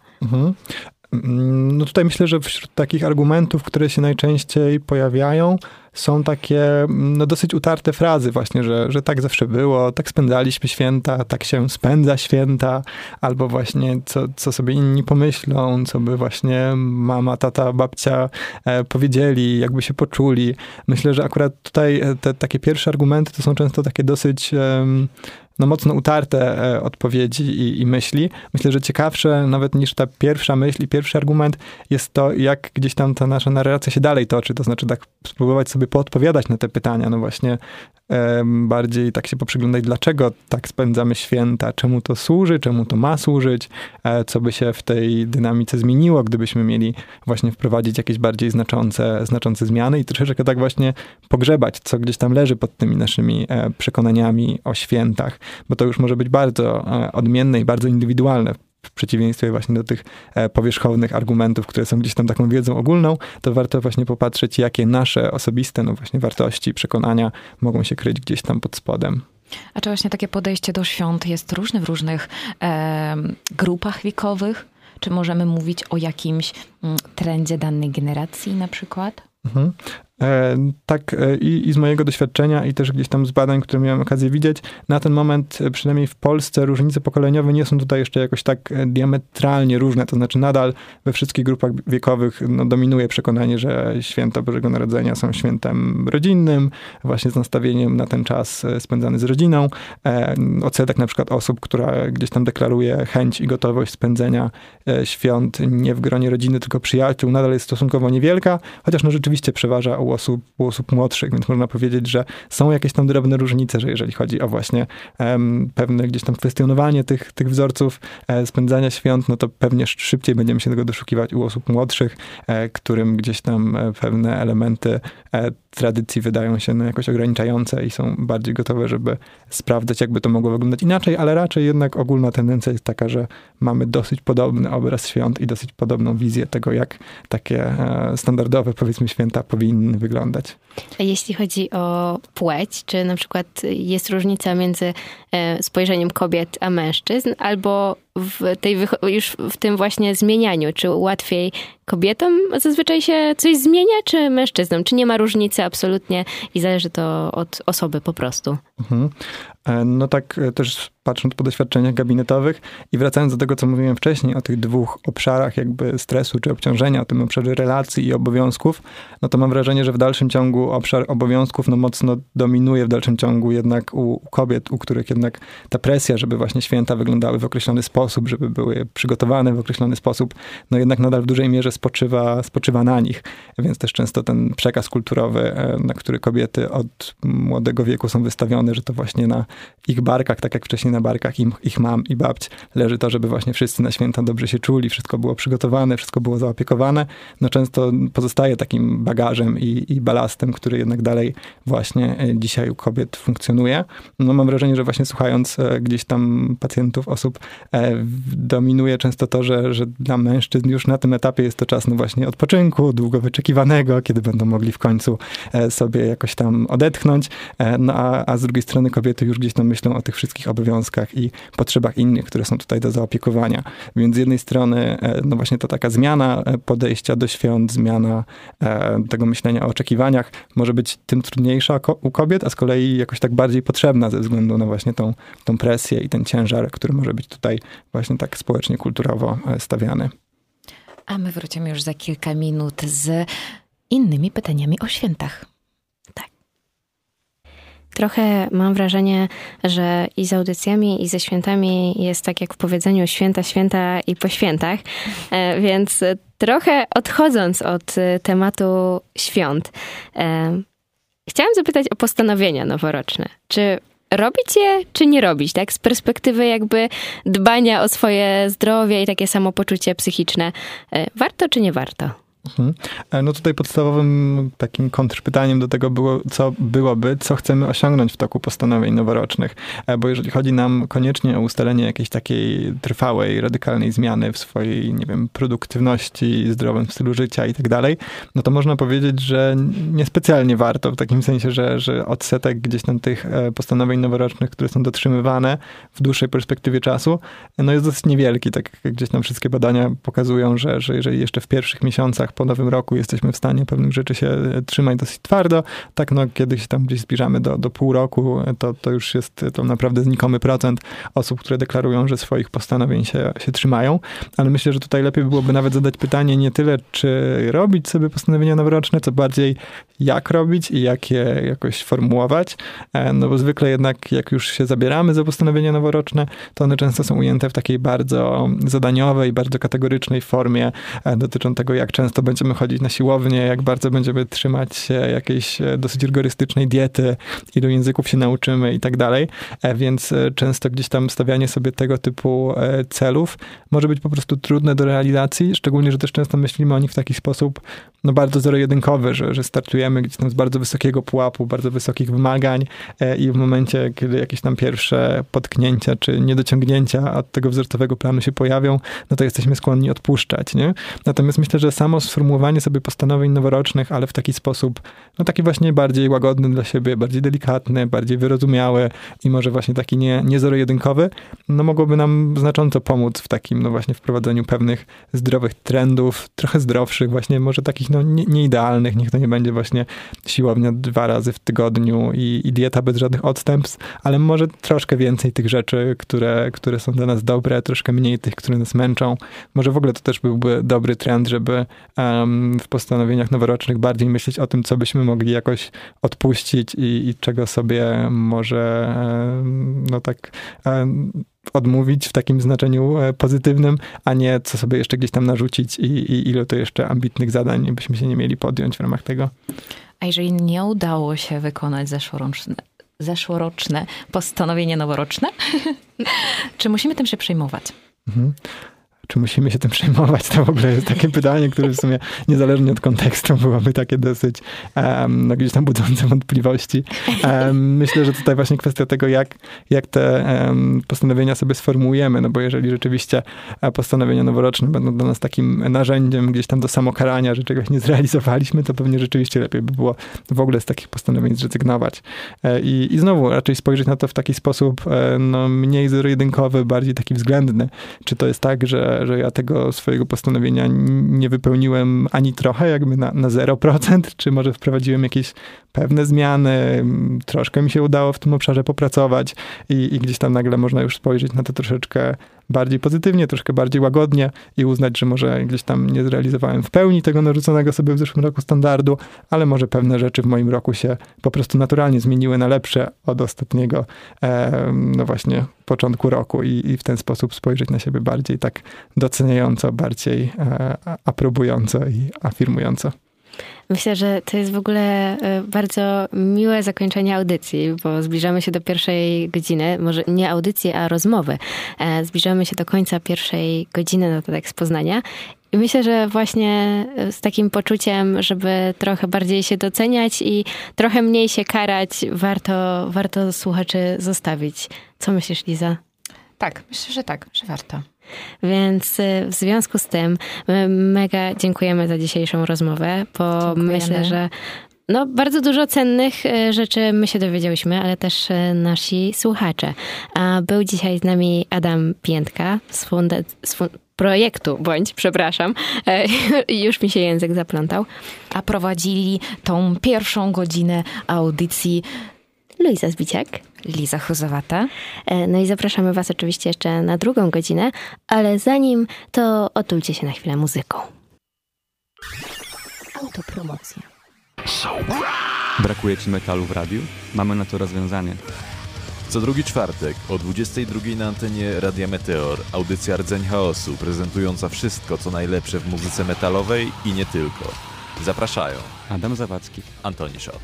S4: No tutaj myślę, że wśród takich argumentów, które się najczęściej pojawiają, są takie dosyć utarte frazy właśnie, że tak zawsze było, tak spędzaliśmy święta, tak się spędza święta, albo właśnie co sobie inni pomyślą, co by właśnie mama, tata, babcia powiedzieli, jakby się poczuli. Myślę, że akurat tutaj te takie pierwsze argumenty to są często takie dosyć mocno utarte odpowiedzi i myśli. Myślę, że ciekawsze nawet niż ta pierwsza myśl i pierwszy argument jest to, jak gdzieś tam ta nasza narracja się dalej toczy. To znaczy tak spróbować sobie poodpowiadać na te pytania. No właśnie bardziej tak się poprzyglądać, dlaczego tak spędzamy święta, czemu to służy, czemu to ma służyć, co by się w tej dynamice zmieniło, gdybyśmy mieli właśnie wprowadzić jakieś bardziej znaczące zmiany i troszeczkę tak właśnie pogrzebać, co gdzieś tam leży pod tymi naszymi przekonaniami o świętach, bo to już może być bardzo odmienne i bardzo indywidualne. W przeciwieństwie właśnie do tych powierzchownych argumentów, które są gdzieś tam taką wiedzą ogólną, to warto właśnie popatrzeć, jakie nasze osobiste, właśnie wartości, przekonania mogą się kryć gdzieś tam pod spodem.
S3: A czy właśnie takie podejście do świąt jest różne w różnych grupach wiekowych? Czy możemy mówić o jakimś trendzie danej generacji na przykład?
S4: Tak i z mojego doświadczenia i też gdzieś tam z badań, które miałem okazję widzieć, na ten moment, przynajmniej w Polsce, różnice pokoleniowe nie są tutaj jeszcze jakoś tak diametralnie różne. To znaczy nadal we wszystkich grupach wiekowych dominuje przekonanie, że święta Bożego Narodzenia są świętem rodzinnym, właśnie z nastawieniem na ten czas spędzany z rodziną. Odsetek na przykład osób, która gdzieś tam deklaruje chęć i gotowość spędzenia świąt nie w gronie rodziny, tylko przyjaciół, nadal jest stosunkowo niewielka, chociaż rzeczywiście przeważa u osób młodszych, więc można powiedzieć, że są jakieś tam drobne różnice, że jeżeli chodzi o właśnie pewne gdzieś tam kwestionowanie tych wzorców spędzania świąt, no to pewnie szybciej będziemy się tego doszukiwać u osób młodszych, którym gdzieś tam pewne elementy tradycji wydają się jakoś ograniczające i są bardziej gotowe, żeby sprawdzać, jakby to mogło wyglądać inaczej, ale raczej jednak ogólna tendencja jest taka, że mamy dosyć podobny obraz świąt i dosyć podobną wizję tego, jak takie standardowe, powiedzmy, święta powinny wyglądać.
S2: A jeśli chodzi o płeć, czy na przykład jest różnica między spojrzeniem kobiet a mężczyzn, albo już w tym właśnie zmienianiu, czy łatwiej kobietom zazwyczaj się coś zmienia, czy mężczyznom? Czy nie ma różnicy absolutnie i zależy to od osoby po prostu?
S4: No tak też patrząc po doświadczeniach gabinetowych i wracając do tego, co mówiłem wcześniej, o tych dwóch obszarach jakby stresu czy obciążenia, o tym obszarze relacji i obowiązków, no to mam wrażenie, że w dalszym ciągu obszar obowiązków mocno dominuje w dalszym ciągu jednak u kobiet, u których jednak ta presja, żeby właśnie święta wyglądały w określony sposób, żeby były przygotowane w określony sposób, no jednak nadal w dużej mierze spoczywa na nich. Więc też często ten przekaz kulturowy, na który kobiety od młodego wieku są wystawione, że to właśnie na ich barkach, tak jak wcześniej na barkach ich mam i babć, leży to, żeby właśnie wszyscy na święta dobrze się czuli, wszystko było przygotowane, wszystko było zaopiekowane. No często pozostaje takim bagażem i balastem, który jednak dalej właśnie dzisiaj u kobiet funkcjonuje. No mam wrażenie, że właśnie słuchając gdzieś tam pacjentów, osób, dominuje często to, że dla mężczyzn już na tym etapie jest to czas no właśnie odpoczynku, długo wyczekiwanego, kiedy będą mogli w końcu sobie jakoś tam odetchnąć, no a z drugiej strony kobiety już gdzieś tam myślą o tych wszystkich obowiązkach i potrzebach innych, które są tutaj do zaopiekowania. Więc z jednej strony no właśnie to taka zmiana podejścia do świąt, zmiana tego myślenia o oczekiwaniach może być tym trudniejsza u kobiet, a z kolei jakoś tak bardziej potrzebna ze względu na właśnie tą presję i ten ciężar, który może być tutaj właśnie tak społecznie, kulturowo stawiany.
S3: A my wrócimy już za kilka minut z innymi pytaniami o świętach.
S2: Trochę mam wrażenie, że i z audycjami, i ze świętami jest tak jak w powiedzeniu święta i po świętach. Więc trochę odchodząc od tematu świąt, chciałam zapytać o postanowienia noworoczne. Czy robić je, czy nie robić, tak? Z perspektywy jakby dbania o swoje zdrowie i takie samopoczucie psychiczne. Warto, czy nie warto?
S4: No tutaj podstawowym takim kontrpytaniem do tego byłoby, co chcemy osiągnąć w toku postanowień noworocznych. Bo jeżeli chodzi nam koniecznie o ustalenie jakiejś takiej trwałej, radykalnej zmiany w swojej, nie wiem, produktywności, zdrowym stylu życia i tak dalej, no to można powiedzieć, że niespecjalnie warto, w takim sensie, że odsetek gdzieś tam tych postanowień noworocznych, które są dotrzymywane w dłuższej perspektywie czasu, no jest dosyć niewielki. Tak jak gdzieś tam wszystkie badania pokazują, że jeżeli jeszcze w pierwszych miesiącach po nowym roku jesteśmy w stanie pewnych rzeczy się trzymać dosyć twardo, tak no kiedy się tam gdzieś zbliżamy do pół roku, to już jest to naprawdę znikomy procent osób, które deklarują, że swoich postanowień się trzymają, ale myślę, że tutaj lepiej byłoby nawet zadać pytanie nie tyle, czy robić sobie postanowienia noworoczne, co bardziej jak robić i jak je jakoś formułować, no bo zwykle jednak jak już się zabieramy za postanowienia noworoczne, to one często są ujęte w takiej bardzo zadaniowej, bardzo kategorycznej formie, dotyczą tego, jak często będziemy chodzić na siłownię, jak bardzo będziemy trzymać się jakiejś dosyć rygorystycznej diety, ilu języków się nauczymy i tak dalej. Więc często gdzieś tam stawianie sobie tego typu celów może być po prostu trudne do realizacji, szczególnie, że też często myślimy o nich w taki sposób no bardzo zero-jedynkowy, że startujemy gdzieś tam z bardzo wysokiego pułapu, bardzo wysokich wymagań i w momencie, kiedy jakieś tam pierwsze potknięcia czy niedociągnięcia od tego wzorcowego planu się pojawią, no to jesteśmy skłonni odpuszczać, nie? Natomiast myślę, że samo sformułowanie sobie postanowień noworocznych, ale w taki sposób, no taki właśnie bardziej łagodny dla siebie, bardziej delikatny, bardziej wyrozumiały i może właśnie taki nie zero-jedynkowy, no mogłoby nam znacząco pomóc w takim, no właśnie wprowadzeniu pewnych zdrowych trendów, trochę zdrowszych, właśnie może takich, no nieidealnych, niech to nie będzie właśnie siłownia 2 razy w tygodniu i dieta bez żadnych odstępstw, ale może troszkę więcej tych rzeczy, które są dla nas dobre, troszkę mniej tych, które nas męczą. Może w ogóle to też byłby dobry trend, żeby w postanowieniach noworocznych bardziej myśleć o tym, co byśmy mogli jakoś odpuścić i czego sobie może no tak odmówić w takim znaczeniu pozytywnym, a nie co sobie jeszcze gdzieś tam narzucić i ilu to jeszcze ambitnych zadań byśmy się nie mieli podjąć w ramach tego.
S3: A jeżeli nie udało się wykonać zeszłoroczne postanowienie noworoczne, czy musimy tym się przejmować?
S4: Czy musimy się tym przejmować? To w ogóle jest takie pytanie, które w sumie niezależnie od kontekstu byłoby takie dosyć no gdzieś tam budzące wątpliwości. Myślę, że tutaj właśnie kwestia tego, jak te postanowienia sobie sformułujemy, no bo jeżeli rzeczywiście postanowienia noworoczne będą dla nas takim narzędziem gdzieś tam do samokarania, że czegoś nie zrealizowaliśmy, to pewnie rzeczywiście lepiej by było w ogóle z takich postanowień zrezygnować. I znowu raczej spojrzeć na to w taki sposób no mniej zero-jedynkowy, bardziej taki względny. Czy to jest tak, że ja tego swojego postanowienia nie wypełniłem ani trochę, jakby na 0%, czy może wprowadziłem jakieś pewne zmiany, troszkę mi się udało w tym obszarze popracować i gdzieś tam nagle można już spojrzeć na to troszeczkę bardziej pozytywnie, troszkę bardziej łagodnie i uznać, że może gdzieś tam nie zrealizowałem w pełni tego narzuconego sobie w zeszłym roku standardu, ale może pewne rzeczy w moim roku się po prostu naturalnie zmieniły na lepsze od ostatniego, no właśnie, początku roku i w ten sposób spojrzeć na siebie bardziej tak doceniająco, bardziej aprobująco i afirmująco.
S2: Myślę, że to jest w ogóle bardzo miłe zakończenie audycji, bo zbliżamy się do pierwszej godziny, może nie audycji, a rozmowy. Zbliżamy się do końca pierwszej godziny Notatek z Poznania. I myślę, że właśnie z takim poczuciem, żeby trochę bardziej się doceniać i trochę mniej się karać, warto słuchaczy zostawić. Co myślisz, Liza?
S3: Tak, myślę, że warto.
S2: Więc w związku z tym mega dziękujemy za dzisiejszą rozmowę, bo
S3: Dziękujemy.
S2: myślę, że bardzo dużo cennych rzeczy my się dowiedziałyśmy, ale też nasi słuchacze. A był dzisiaj z nami Adam Piętka z projektu, już mi się język zaplątał.
S3: A prowadzili tą pierwszą godzinę audycji
S2: Luiza Zbiciak.
S3: Liza Chuzowata.
S2: No i zapraszamy was oczywiście jeszcze na drugą godzinę, ale zanim to otulcie się na chwilę muzyką. Autopromocja.
S5: Brakuje ci metalu w radiu? Mamy na to rozwiązanie.
S1: Co drugi czwartek o 22:00 na antenie Radia Meteor audycja Rdzeń Chaosu prezentująca wszystko, co najlepsze w muzyce metalowej i nie tylko. Zapraszają
S5: Adam Zawadzki,
S1: Antoni Szot.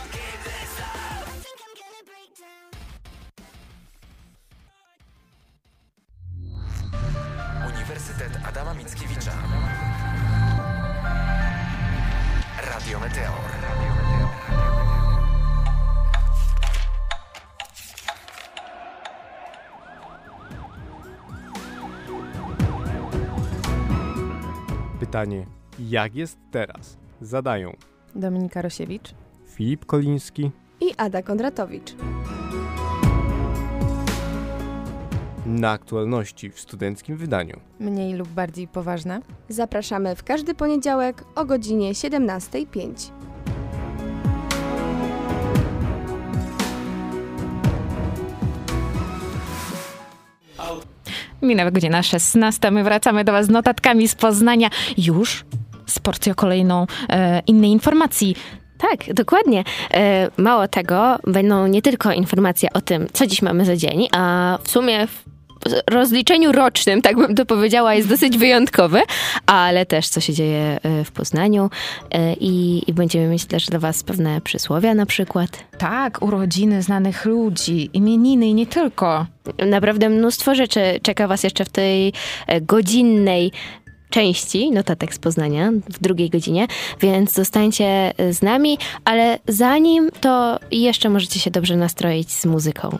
S6: Uniwersytet Adama Mickiewicza. Radio Meteor.
S7: Pytanie, jak jest teraz? Zadają
S8: Dominika Rosiewicz
S7: Filip Koliński
S8: i Ada Kondratowicz.
S7: na aktualności w studenckim wydaniu.
S8: Mniej lub bardziej poważne.
S9: Zapraszamy w każdy poniedziałek o godzinie 17:05.
S3: Minęła godzina 16. My wracamy do was z notatkami z Poznania. Już z porcją kolejną innej informacji.
S2: Tak, dokładnie. Mało tego, będą nie tylko informacje o tym, co dziś mamy za dzień, a w sumie w rozliczeniu rocznym, tak bym to powiedziała, jest dosyć wyjątkowy, ale też co się dzieje w Poznaniu i będziemy mieć też dla was pewne przysłowia na przykład.
S3: Tak, urodziny znanych ludzi, imieniny i nie tylko.
S2: Naprawdę mnóstwo rzeczy czeka was jeszcze w tej godzinnej części notatek z Poznania w drugiej godzinie, więc zostańcie z nami, ale zanim to jeszcze możecie się dobrze nastroić z muzyką.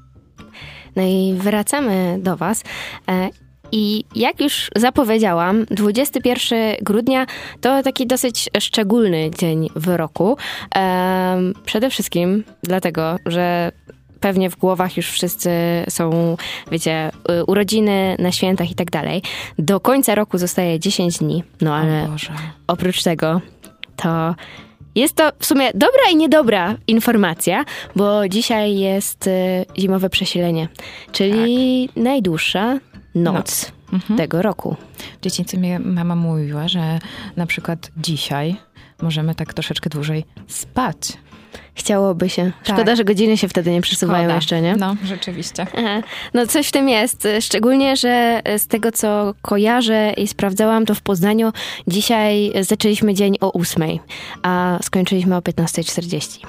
S2: No i wracamy do was. I jak już zapowiedziałam, 21 grudnia to taki dosyć szczególny dzień w roku. Przede wszystkim dlatego, że pewnie w głowach już wszyscy są, wiecie, urodziny na świętach i tak dalej. Do końca roku zostaje 10 dni. No ale oprócz tego to jest to w sumie dobra i niedobra informacja, bo dzisiaj jest zimowe przesilenie, czyli najdłuższa noc tego roku.
S3: W dzieciństwie mi mama mówiła, że na przykład dzisiaj możemy tak troszeczkę dłużej spać.
S2: Chciałoby się. Szkoda,
S3: Tak.
S2: że godziny się wtedy nie przesuwają jeszcze, nie?
S3: No, rzeczywiście.
S2: Aha. No coś w tym jest. Szczególnie, że z tego, co kojarzę i sprawdzałam, to w Poznaniu dzisiaj zaczęliśmy dzień o 8:00, a skończyliśmy o 15:40.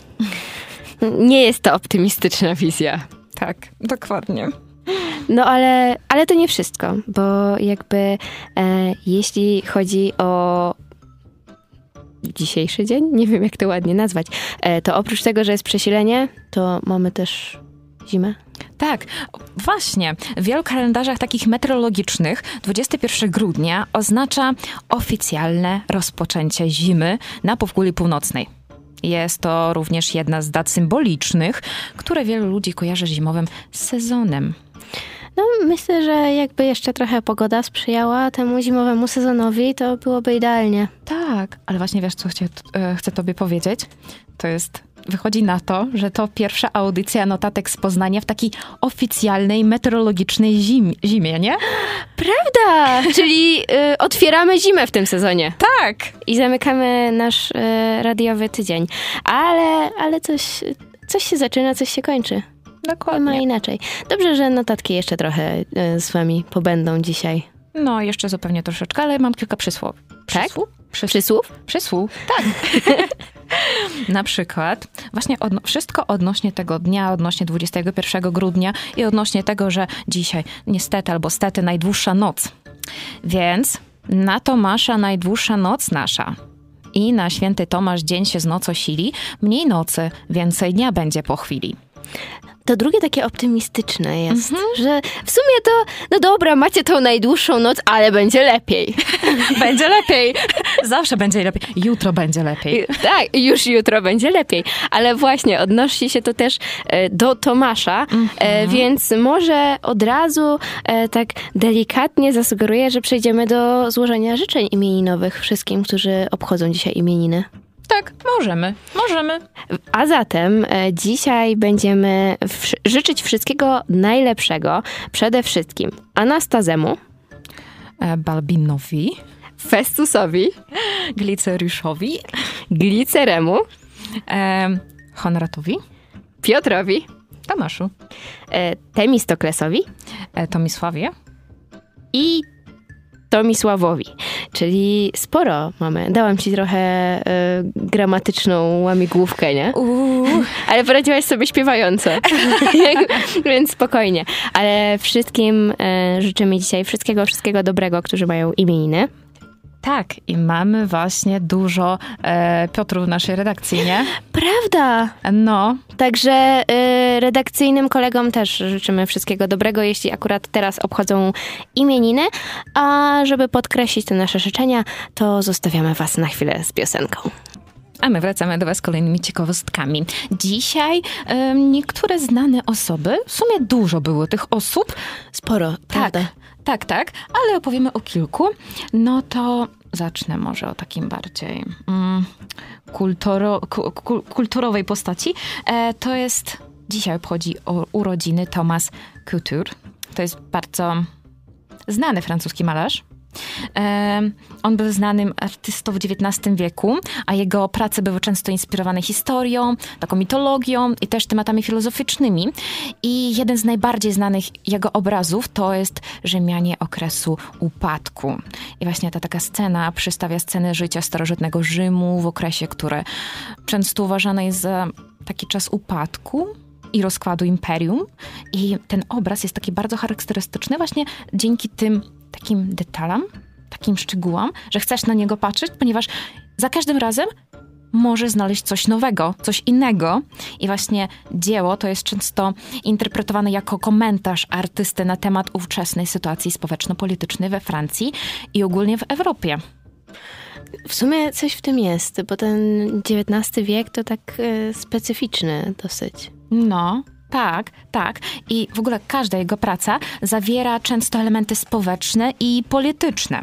S2: Nie jest to optymistyczna wizja.
S3: Tak, dokładnie.
S2: No ale to nie wszystko, bo jakby jeśli chodzi o dzisiejszy dzień, nie wiem jak to ładnie nazwać, to oprócz tego, że jest przesilenie, to mamy też zimę.
S3: Tak, właśnie. W wielu kalendarzach takich meteorologicznych 21 grudnia oznacza oficjalne rozpoczęcie zimy na półkuli północnej. Jest to również jedna z dat symbolicznych, które wielu ludzi kojarzy z zimowym sezonem.
S2: No myślę, że jakby jeszcze trochę pogoda sprzyjała temu zimowemu sezonowi, to byłoby idealnie.
S3: Tak, ale właśnie wiesz, co chcę tobie powiedzieć? To jest wychodzi na to, że to pierwsza audycja notatek z Poznania w takiej oficjalnej, meteorologicznej zimie, nie?
S2: Prawda! Czyli otwieramy zimę w tym sezonie.
S3: Tak!
S2: I zamykamy nasz radiowy tydzień. Ale coś się zaczyna, coś się kończy.
S3: Dokładnie.
S2: Ma inaczej. Dobrze, że notatki jeszcze trochę z wami pobędą dzisiaj.
S3: No, jeszcze zupełnie troszeczkę, ale mam kilka przysłów.
S2: Tak? Przysłów?
S3: Przysłów, tak. Na przykład właśnie wszystko odnośnie tego dnia, odnośnie 21 grudnia i odnośnie tego, że dzisiaj niestety albo stety najdłuższa noc. Więc na Tomasza najdłuższa noc nasza. I na święty Tomasz dzień się z nocą sili, mniej nocy, więcej dnia będzie po chwili.
S2: To drugie takie optymistyczne jest, że w sumie to, no dobra, macie tą najdłuższą noc, ale będzie lepiej.
S3: Będzie lepiej. Zawsze będzie lepiej. Jutro będzie lepiej.
S2: Tak, już jutro będzie lepiej. Ale właśnie odnosi się to też do Tomasza, więc może od razu tak delikatnie zasugeruję, że przejdziemy do złożenia życzeń imieninowych wszystkim, którzy obchodzą dzisiaj imieniny.
S3: Tak, możemy.
S2: A zatem dzisiaj będziemy życzyć wszystkiego najlepszego. Przede wszystkim Anastazemu,
S3: Balbinowi,
S2: Festusowi,
S3: Gliceryszowi,
S2: Gliceremu,
S3: Honratowi,
S2: Piotrowi,
S3: Tomaszu,
S2: Temistoklesowi
S3: Tomisławie
S2: i Tomisławowi. Czyli sporo mamy. Dałam ci trochę gramatyczną łamigłówkę, nie? Ale poradziłaś sobie śpiewająco. Więc spokojnie. Ale wszystkim życzymy dzisiaj wszystkiego dobrego, którzy mają imieniny.
S3: Tak, i mamy właśnie dużo Piotrów w naszej redakcji, nie?
S2: Prawda!
S3: No.
S2: Także redakcyjnym kolegom też życzymy wszystkiego dobrego, jeśli akurat teraz obchodzą imieniny. A żeby podkreślić te nasze życzenia, to zostawiamy was na chwilę z piosenką.
S3: A my wracamy do was kolejnymi ciekawostkami. Dzisiaj niektóre znane osoby, w sumie dużo było tych osób.
S2: Sporo, prawda?
S3: Tak, ale opowiemy o kilku. No to zacznę może o takim bardziej kulturowej postaci. To jest, dzisiaj obchodzi urodziny Thomas Couture. To jest bardzo znany francuski malarz. On był znanym artystą w XIX wieku, a jego prace były często inspirowane historią, taką mitologią i też tematami filozoficznymi. I jeden z najbardziej znanych jego obrazów to jest Rzymianie okresu upadku. I właśnie ta taka scena przedstawia scenę życia starożytnego Rzymu w okresie, który często uważany jest za taki czas upadku i rozkładu imperium. I ten obraz jest taki bardzo charakterystyczny właśnie dzięki tym takim detalom, takim szczegółom, że chcesz na niego patrzeć, ponieważ za każdym razem możesz znaleźć coś nowego, coś innego. I właśnie dzieło to jest często interpretowane jako komentarz artysty na temat ówczesnej sytuacji społeczno-politycznej we Francji i ogólnie w Europie.
S2: W sumie coś w tym jest, bo ten XIX wiek to tak specyficzny dosyć.
S3: No, tak. I w ogóle każda jego praca zawiera często elementy społeczne i polityczne.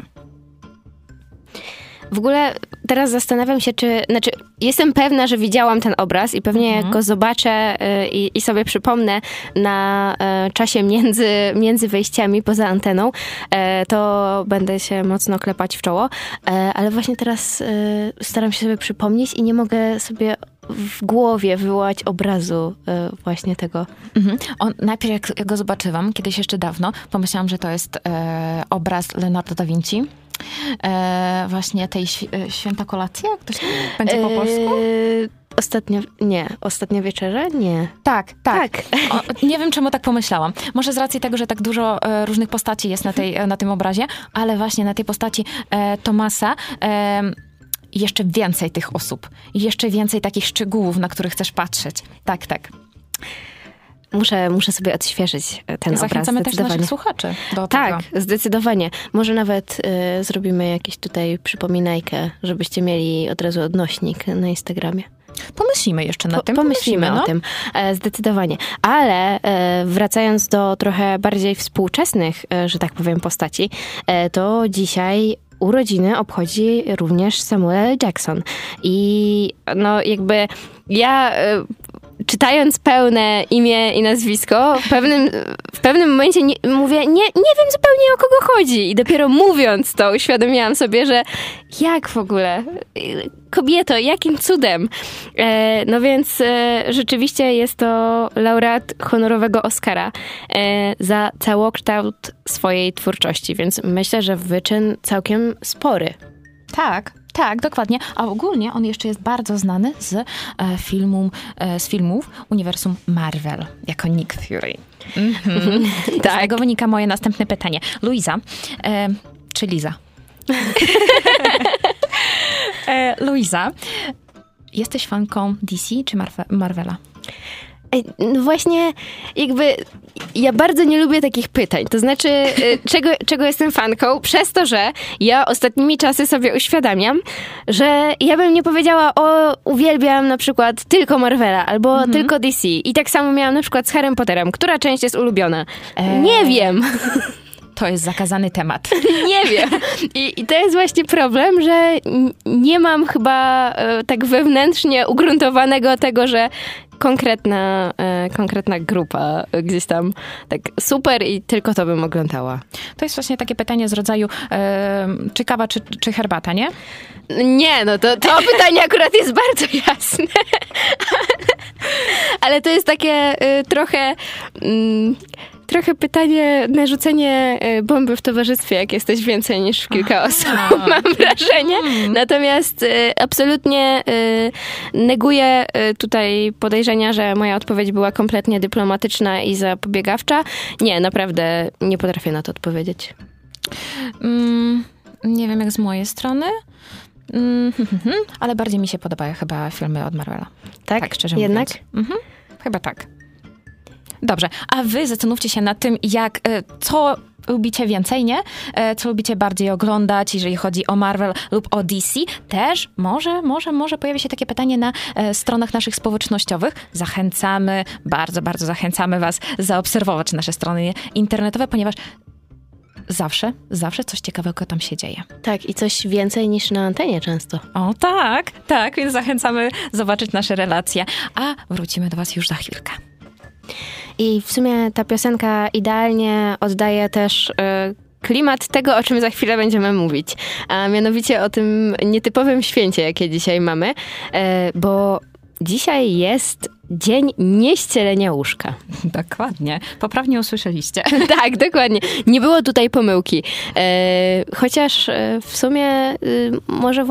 S2: W ogóle teraz zastanawiam się, jestem pewna, że widziałam ten obraz i pewnie jak go zobaczę i sobie przypomnę na czasie między wejściami poza anteną, to będę się mocno klepać w czoło. Ale właśnie teraz staram się sobie przypomnieć i nie mogę sobie w głowie wywołać obrazu właśnie tego.
S3: Najpierw jak go zobaczyłam, kiedyś jeszcze dawno, pomyślałam, że to jest obraz Leonardo da Vinci. Właśnie tej święta kolacja? Jak to się będzie po polsku?
S2: Ostatnia wieczerza? Nie.
S3: Tak. Nie wiem, czemu tak pomyślałam. Może z racji tego, że tak dużo różnych postaci jest na tym obrazie, ale właśnie na tej postaci Thomasa jeszcze więcej tych osób. Jeszcze więcej takich szczegółów, na których chcesz patrzeć. Tak.
S2: Muszę sobie odświeżyć ten obraz.
S3: Zachęcamy też naszych słuchaczy do tego.
S2: Tak, zdecydowanie. Może nawet zrobimy jakieś tutaj przypominajkę, żebyście mieli od razu odnośnik na Instagramie.
S3: Pomyślimy jeszcze nad tym.
S2: Pomyślimy o tym, zdecydowanie. Ale wracając do trochę bardziej współczesnych, że tak powiem, postaci, to dzisiaj urodziny obchodzi również Samuel L. Jackson. I no jakby ja czytając pełne imię i nazwisko, w pewnym momencie mówię, nie wiem zupełnie o kogo chodzi. I dopiero mówiąc to uświadomiłam sobie, że jak w ogóle? Kobieto, jakim cudem? No więc rzeczywiście jest to laureat honorowego Oscara za całokształt swojej twórczości, więc myślę, że wyczyn całkiem spory.
S3: Tak, dokładnie. A ogólnie on jeszcze jest bardzo znany z filmów uniwersum Marvel, jako Nick Fury. Tak. Z tego wynika moje następne pytanie. Luiza, czy Liza? Luiza, jesteś fanką DC czy Marvela?
S2: No właśnie, jakby ja bardzo nie lubię takich pytań. To znaczy, czego jestem fanką? Przez to, że ja ostatnimi czasy sobie uświadamiam, że ja bym nie powiedziała, uwielbiam na przykład tylko Marvela albo tylko DC. I tak samo miałam na przykład z Harrym Potterem. Która część jest ulubiona? Nie wiem.
S3: To jest zakazany temat.
S2: Nie wiem. I to jest właśnie problem, że nie mam chyba tak wewnętrznie ugruntowanego tego, że konkretna grupa gdzieś tam tak super i tylko to bym oglądała.
S3: To jest właśnie takie pytanie z rodzaju czy kawa, czy herbata, nie?
S2: Nie, no to pytanie akurat jest bardzo jasne. Ale to jest takie trochę pytanie, narzucenie bomby w towarzystwie, jak jesteś więcej niż kilka osób, mam wrażenie. Natomiast absolutnie neguję tutaj podejrzenia, że moja odpowiedź była kompletnie dyplomatyczna i zapobiegawcza. Nie, naprawdę nie potrafię na to odpowiedzieć.
S3: Nie wiem jak z mojej strony, ale bardziej mi się podobają chyba filmy od Marvela.
S2: Tak
S3: szczerze
S2: jednak?
S3: mówiąc. Chyba tak. Dobrze, a wy zastanówcie się nad tym, co lubicie więcej, nie? Co lubicie bardziej oglądać, jeżeli chodzi o Marvel lub o DC. Też może pojawi się takie pytanie na stronach naszych społecznościowych. Zachęcamy, bardzo, bardzo zachęcamy was zaobserwować nasze strony internetowe, ponieważ zawsze coś ciekawego tam się dzieje.
S2: Tak, i coś więcej niż na antenie często.
S3: O tak, więc zachęcamy zobaczyć nasze relacje. A wrócimy do was już za chwilkę.
S2: I w sumie ta piosenka idealnie oddaje też klimat tego, o czym za chwilę będziemy mówić. A mianowicie o tym nietypowym święcie, jakie dzisiaj mamy, bo dzisiaj jest Dzień Nieścielenia Łóżka.
S3: Dokładnie. Poprawnie usłyszeliście.
S2: Tak, dokładnie. Nie było tutaj pomyłki. Chociaż w sumie może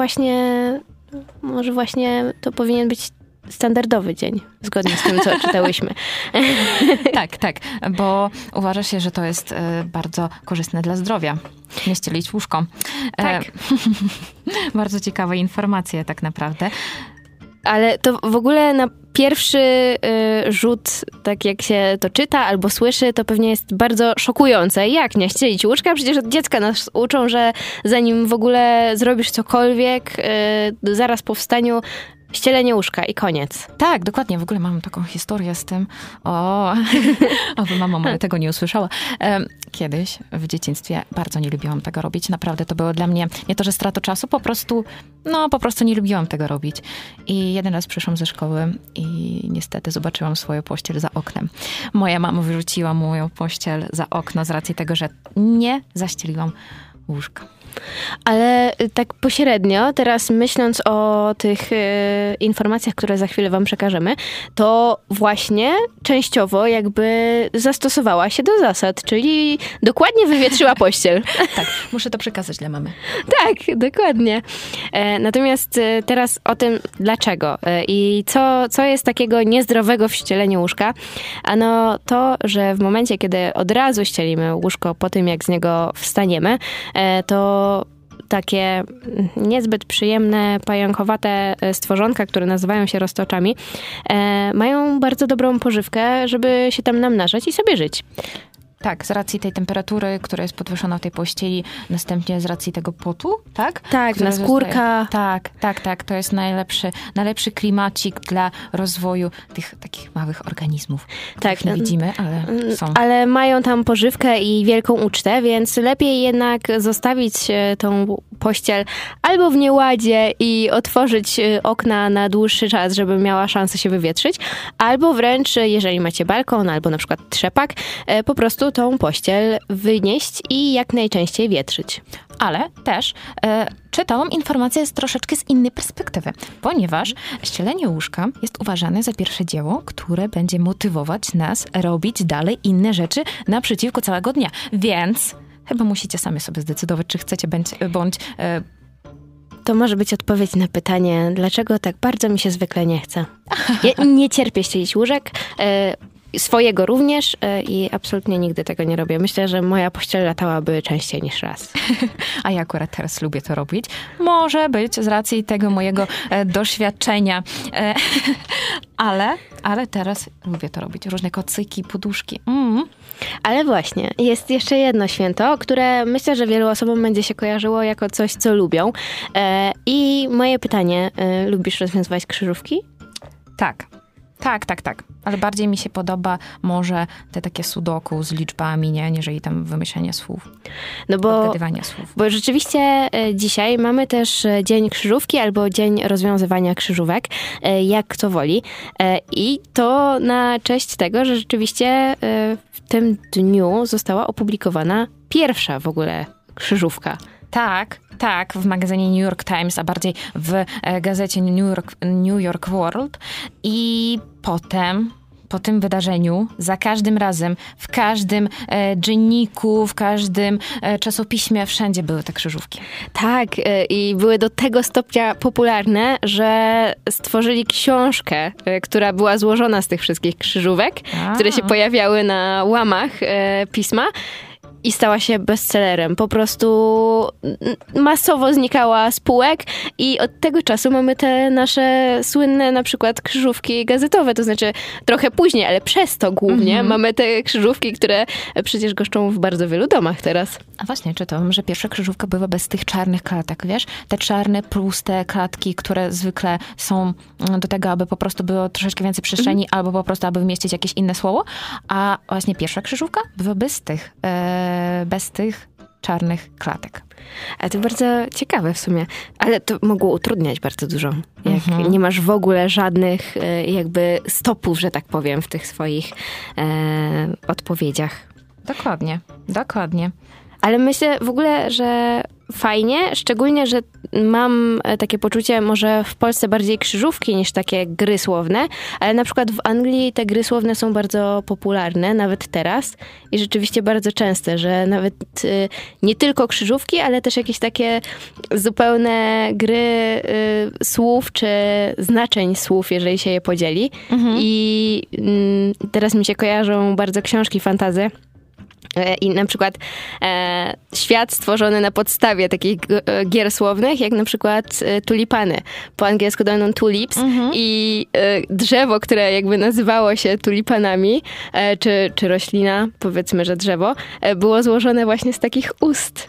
S2: właśnie to powinien być standardowy dzień, zgodnie z tym, co czytałyśmy.
S3: Tak, bo uważa się, że to jest bardzo korzystne dla zdrowia. Nie ścielić łóżko.
S2: Tak.
S3: Bardzo ciekawe informacje tak naprawdę.
S2: Ale to w ogóle na pierwszy rzut, tak jak się to czyta albo słyszy, to pewnie jest bardzo szokujące. Jak nie ścielić łóżka? Przecież od dziecka nas uczą, że zanim w ogóle zrobisz cokolwiek, zaraz po wstaniu ścielenie łóżka i koniec.
S3: Tak, dokładnie. W ogóle mam taką historię z tym. Oby mama moja tego nie usłyszała. Kiedyś w dzieciństwie bardzo nie lubiłam tego robić. Naprawdę to było dla mnie nie to, że strata czasu, po prostu nie lubiłam tego robić. I jeden raz przyszłam ze szkoły i niestety zobaczyłam swoją pościel za oknem. Moja mama wyrzuciła moją pościel za okno z racji tego, że nie zaścieliłam łóżka.
S2: Ale tak pośrednio, teraz myśląc o tych informacjach, które za chwilę wam przekażemy, to właśnie częściowo jakby zastosowała się do zasad, czyli dokładnie wywietrzyła pościel.
S3: Tak, muszę to przekazać dla mamy.
S2: Tak, dokładnie. Natomiast teraz o tym dlaczego i co jest takiego niezdrowego w ścieleniu łóżka. Ano to, że w momencie, kiedy od razu ścielimy łóżko po tym, jak z niego wstaniemy, to takie niezbyt przyjemne, pająkowate stworzonka, które nazywają się roztoczami, mają bardzo dobrą pożywkę, żeby się tam namnażać i sobie żyć.
S3: Tak, z racji tej temperatury, która jest podwyższona w tej pościeli, następnie z racji tego potu, tak?
S2: Tak,
S3: Który
S2: naskórka.
S3: Tak. To jest najlepszy klimacik dla rozwoju tych takich małych organizmów.
S2: Tak.
S3: Nie widzimy, ale są.
S2: Ale mają tam pożywkę i wielką ucztę, więc lepiej jednak zostawić tą pościel albo w nieładzie i otworzyć okna na dłuższy czas, żeby miała szansę się wywietrzyć, albo wręcz, jeżeli macie balkon albo na przykład trzepak, po prostu tą pościel wynieść i jak najczęściej wietrzyć.
S3: Ale też czytałam informację troszeczkę z innej perspektywy, ponieważ ścielenie łóżka jest uważane za pierwsze dzieło, które będzie motywować nas robić dalej inne rzeczy naprzeciwko całego dnia. Więc chyba musicie sami sobie zdecydować, czy chcecie bądź
S2: To może być odpowiedź na pytanie, dlaczego tak bardzo mi się zwykle nie chce. Ja nie cierpię ścielić łóżek, swojego również i absolutnie nigdy tego nie robię. Myślę, że moja pościel latałaby częściej niż raz.
S3: A ja akurat teraz lubię to robić. Może być z racji tego mojego doświadczenia. Ale teraz lubię to robić. Różne kocyki, poduszki.
S2: Ale właśnie, jest jeszcze jedno święto, które myślę, że wielu osobom będzie się kojarzyło jako coś, co lubią. I moje pytanie, lubisz rozwiązywać krzyżówki?
S3: Tak. Ale bardziej mi się podoba może te takie sudoku z liczbami, nie? Aniżeli tam wymyślenie słów. Odgadywanie słów.
S2: Bo rzeczywiście dzisiaj mamy też Dzień Krzyżówki albo Dzień Rozwiązywania Krzyżówek, jak kto woli. I to na cześć tego, że rzeczywiście w tym dniu została opublikowana pierwsza w ogóle krzyżówka.
S3: Tak, w magazynie New York Times, a bardziej w gazecie New York World. I potem, po tym wydarzeniu, za każdym razem, w każdym dzienniku, w każdym czasopiśmie, wszędzie były te krzyżówki.
S2: Tak, i były do tego stopnia popularne, że stworzyli książkę, która była złożona z tych wszystkich krzyżówek, które się pojawiały na łamach pisma. I stała się bestsellerem. Po prostu masowo znikała z półek i od tego czasu mamy te nasze słynne na przykład krzyżówki gazetowe, to znaczy trochę później, ale przez to głównie mamy te krzyżówki, które przecież goszczą w bardzo wielu domach teraz.
S3: A właśnie, czytałam, że pierwsza krzyżówka była bez tych czarnych klatek, wiesz? Te czarne, tłuste klatki, które zwykle są do tego, aby po prostu było troszeczkę więcej przestrzeni, albo po prostu, aby wmieścić jakieś inne słowo. A właśnie pierwsza krzyżówka była bez tych czarnych klatek.
S2: A to bardzo ciekawe w sumie, ale to mogło utrudniać bardzo dużo. Jak nie masz w ogóle żadnych jakby stopów, że tak powiem, w tych swoich odpowiedziach.
S3: Dokładnie.
S2: Ale myślę w ogóle, że fajnie, szczególnie, że mam takie poczucie może w Polsce bardziej krzyżówki niż takie gry słowne, ale na przykład w Anglii te gry słowne są bardzo popularne, nawet teraz i rzeczywiście bardzo częste, że nawet nie tylko krzyżówki, ale też jakieś takie zupełne gry słów czy znaczeń słów, jeżeli się je podzieli. I teraz mi się kojarzą bardzo książki fantasy. I na przykład świat stworzony na podstawie takich gier słownych, jak na przykład tulipany. Po angielsku daną tulips i drzewo, które jakby nazywało się tulipanami, czy roślina, powiedzmy, że drzewo, było złożone właśnie z takich ust.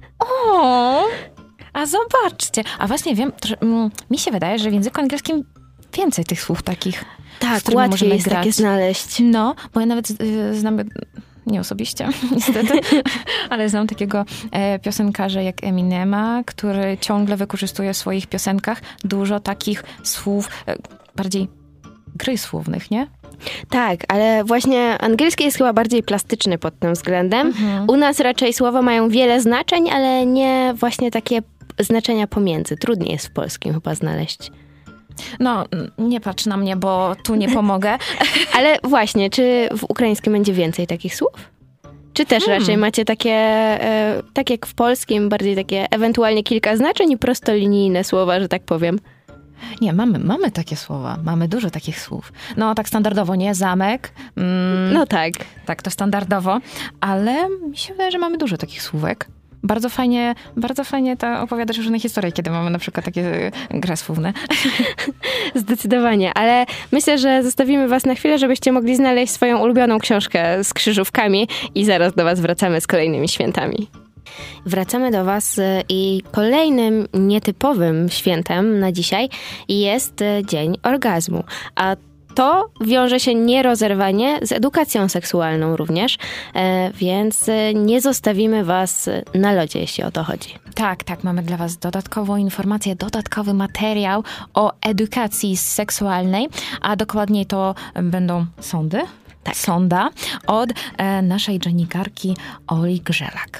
S3: O! A zobaczcie. A właśnie wiem, mi się wydaje, że w języku angielskim więcej tych słów takich.
S2: Tak, łatwiej jest
S3: grać.
S2: Takie znaleźć.
S3: No, bo ja nawet znam... Nie osobiście, niestety, ale znam takiego piosenkarza jak Eminema, który ciągle wykorzystuje w swoich piosenkach dużo takich słów, bardziej gry słownych, nie?
S2: Tak, ale właśnie angielski jest chyba bardziej plastyczny pod tym względem. U nas raczej słowa mają wiele znaczeń, ale nie właśnie takie znaczenia pomiędzy. Trudniej jest w polskim chyba znaleźć.
S3: No, nie patrz na mnie, bo tu nie pomogę.
S2: Ale właśnie, czy w ukraińskim będzie więcej takich słów? Czy też raczej macie takie, tak jak w polskim, bardziej takie ewentualnie kilka znaczeń i prostolinijne słowa, że tak powiem?
S3: Nie, mamy takie słowa. Mamy dużo takich słów. No, tak standardowo, nie? Zamek.
S2: No tak.
S3: Tak, to standardowo. Ale mi się wydaje, że mamy dużo takich słówek. bardzo fajnie to opowiadasz różne historie, kiedy mamy na przykład takie grę słowne.
S2: Zdecydowanie, ale myślę, że zostawimy was na chwilę, żebyście mogli znaleźć swoją ulubioną książkę z krzyżówkami i zaraz do was wracamy z kolejnymi świętami. Wracamy do was i kolejnym nietypowym świętem na dzisiaj jest Dzień Orgazmu, a to wiąże się nierozerwanie z edukacją seksualną również, więc nie zostawimy was na lodzie, jeśli o to chodzi.
S3: Tak, mamy dla was dodatkową informację, dodatkowy materiał o edukacji seksualnej, a dokładniej to będą sądy, sonda od naszej dziennikarki Oli Grzelak.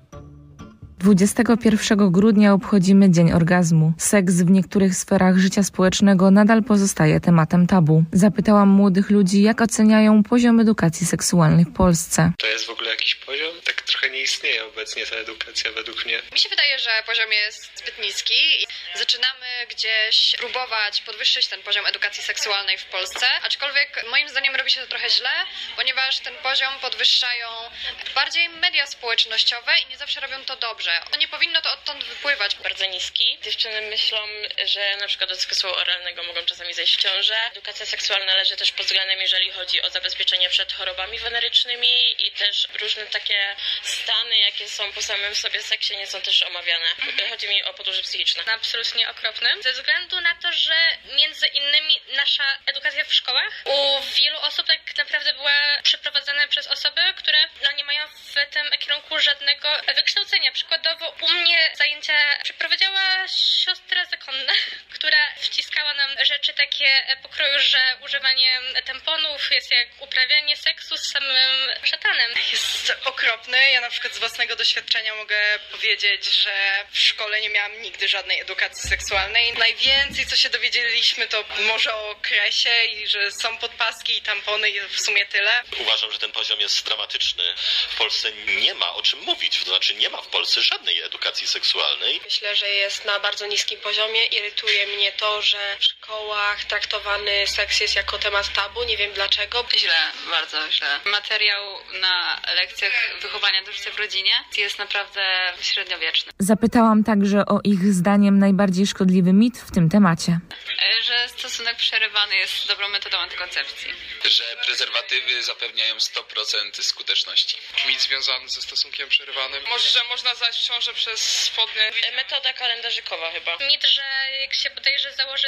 S10: 21 grudnia obchodzimy Dzień Orgazmu. Seks w niektórych sferach życia społecznego nadal pozostaje tematem tabu. Zapytałam młodych ludzi, jak oceniają poziom edukacji seksualnej w Polsce.
S11: To jest w ogóle jakiś poziom? Tak trochę nie istnieje obecnie ta edukacja według mnie.
S12: Mi się wydaje, że poziom jest zbyt niski i zaczynamy gdzieś próbować podwyższyć ten poziom edukacji seksualnej w Polsce, aczkolwiek moim zdaniem robi się to trochę źle, ponieważ ten poziom podwyższają bardziej media społecznościowe i nie zawsze robią to dobrze. Nie powinno to odtąd wypływać.
S13: Bardzo niski. Dziewczyny myślą, że na przykład od seksu oralnego mogą czasami zajść w ciążę. Edukacja seksualna leży też pod względem, jeżeli chodzi o zabezpieczenie przed chorobami wenerycznymi i też różne takie stany, jakie są po samym sobie seksie, nie są też omawiane. Chodzi mi o podłoże psychiczne.
S12: Absolutnie okropnym. Ze względu na to, że między innymi nasza edukacja w szkołach u wielu osób tak naprawdę była przeprowadzana przez osoby, które nie mają w tym kierunku żadnego wykształcenia. Przykładowo u mnie zajęcia przeprowadziła siostra zakonna, która wciskała nam rzeczy takie pokroju, że używanie tamponów jest jak uprawianie seksu z samym szatanem.
S14: Jest okropny. Ja na przykład z własnego doświadczenia mogę powiedzieć, że w szkole nie miałam nigdy żadnej edukacji seksualnej. Najwięcej co się dowiedzieliśmy to może o kresie i że są podpaski i tampony i w sumie tyle.
S15: Uważam, że ten poziom jest dramatyczny. W Polsce nie ma o czym mówić, to znaczy nie ma w Polsce żadnej edukacji seksualnej.
S13: Myślę, że jest na bardzo niskim poziomie. Irytuje mnie to, że w szkołach traktowany seks jest jako temat tabu. Nie wiem dlaczego.
S12: Źle, bardzo źle. Materiał na lekcjach wychowania do życia w rodzinie jest naprawdę średniowieczny.
S10: Zapytałam także o ich zdaniem najbardziej szkodliwy mit w tym temacie.
S12: Że stosunek przerywany jest dobrą metodą antykoncepcji.
S11: Że prezerwatywy zapewniają 100% skuteczności. Mit związany ze stosunkiem przerywanym. Może, że można zajść w ciążę przez spodnie.
S13: Metoda kalendarzykowa chyba.
S12: Mit, że jak się podejrzy, założy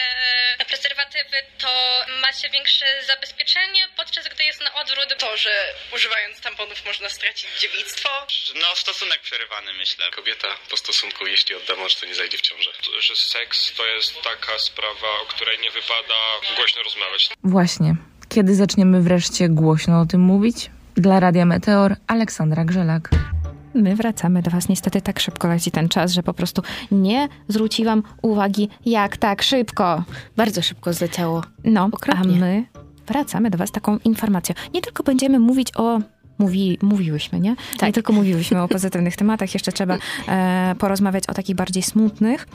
S12: 2 prezerwatywy, to ma się większe zabezpieczenie, podczas gdy jest na odwrót.
S14: To, że używając tamponów można stracić dziewictwo.
S11: No, stosunek przerywany myślę. Kobieta po stosunku, jeśli odda mąż, to nie zajdzie w ciążę. Że seks to jest taka sprawa, o której nie wypada głośno rozmawiać.
S10: Właśnie. Kiedy zaczniemy wreszcie głośno o tym mówić? Dla Radia Meteor, Aleksandra Grzelak.
S3: My wracamy do was. Niestety tak szybko leci ten czas, że po prostu nie zwróciłam uwagi, jak tak szybko.
S2: Bardzo szybko zleciało.
S3: No,
S2: okropnie.
S3: A my wracamy do was taką informacją. Nie tylko będziemy mówić o... Mówiłyśmy, nie?
S2: Tak.
S3: Nie tylko mówiłyśmy o pozytywnych tematach, jeszcze trzeba porozmawiać o takich bardziej smutnych.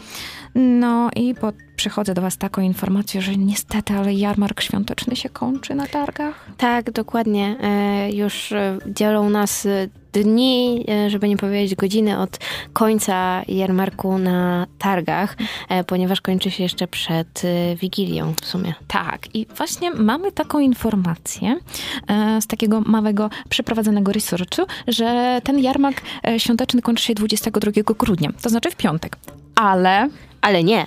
S3: No i przychodzę do was taką informacją, że niestety, ale jarmark świąteczny się kończy na targach.
S2: Tak, dokładnie. Już dzielą nas dni, żeby nie powiedzieć godziny od końca jarmarku na targach, ponieważ kończy się jeszcze przed Wigilią w sumie.
S3: Tak, i właśnie mamy taką informację z takiego małego przeprowadzonego researchu, że ten jarmark świąteczny kończy się 22 grudnia, to znaczy w piątek. Ale nie,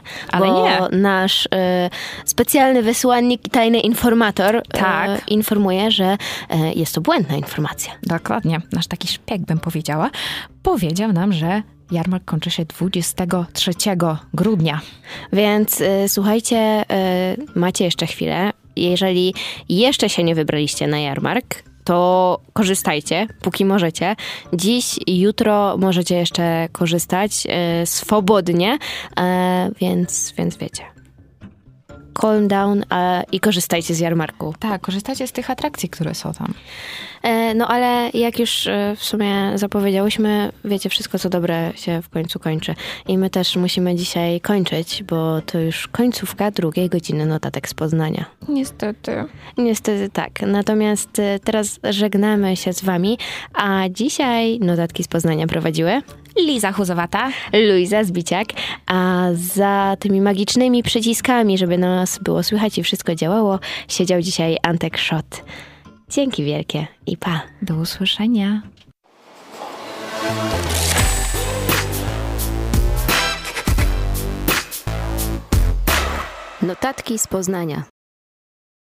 S3: nasz specjalny wysłannik i tajny informator informuje, że jest to błędna informacja. Dokładnie. Nasz taki szpieg, bym powiedziała, powiedział nam, że jarmark kończy się 23 grudnia. Więc słuchajcie, macie jeszcze chwilę. Jeżeli jeszcze się nie wybraliście na jarmark, to korzystajcie, póki możecie. Dziś i jutro możecie jeszcze korzystać swobodnie, więc wiecie.
S2: calm down i korzystajcie z jarmarku.
S3: Tak, korzystajcie z tych atrakcji, które są tam.
S2: No ale jak już w sumie zapowiedziałyśmy, wiecie, wszystko co dobre się w końcu kończy. I my też musimy dzisiaj kończyć, bo to już końcówka 2. godziny notatek z Poznania.
S3: Niestety.
S2: Niestety tak. Natomiast teraz żegnamy się z wami, a dzisiaj notatki z Poznania prowadziły
S3: Liza Chuzowata,
S2: Luiza Zbiciak, a za tymi magicznymi przyciskami, żeby nas było słychać i wszystko działało, siedział dzisiaj Antek Szot. Dzięki wielkie i pa.
S3: Do usłyszenia.
S2: Notatki z Poznania.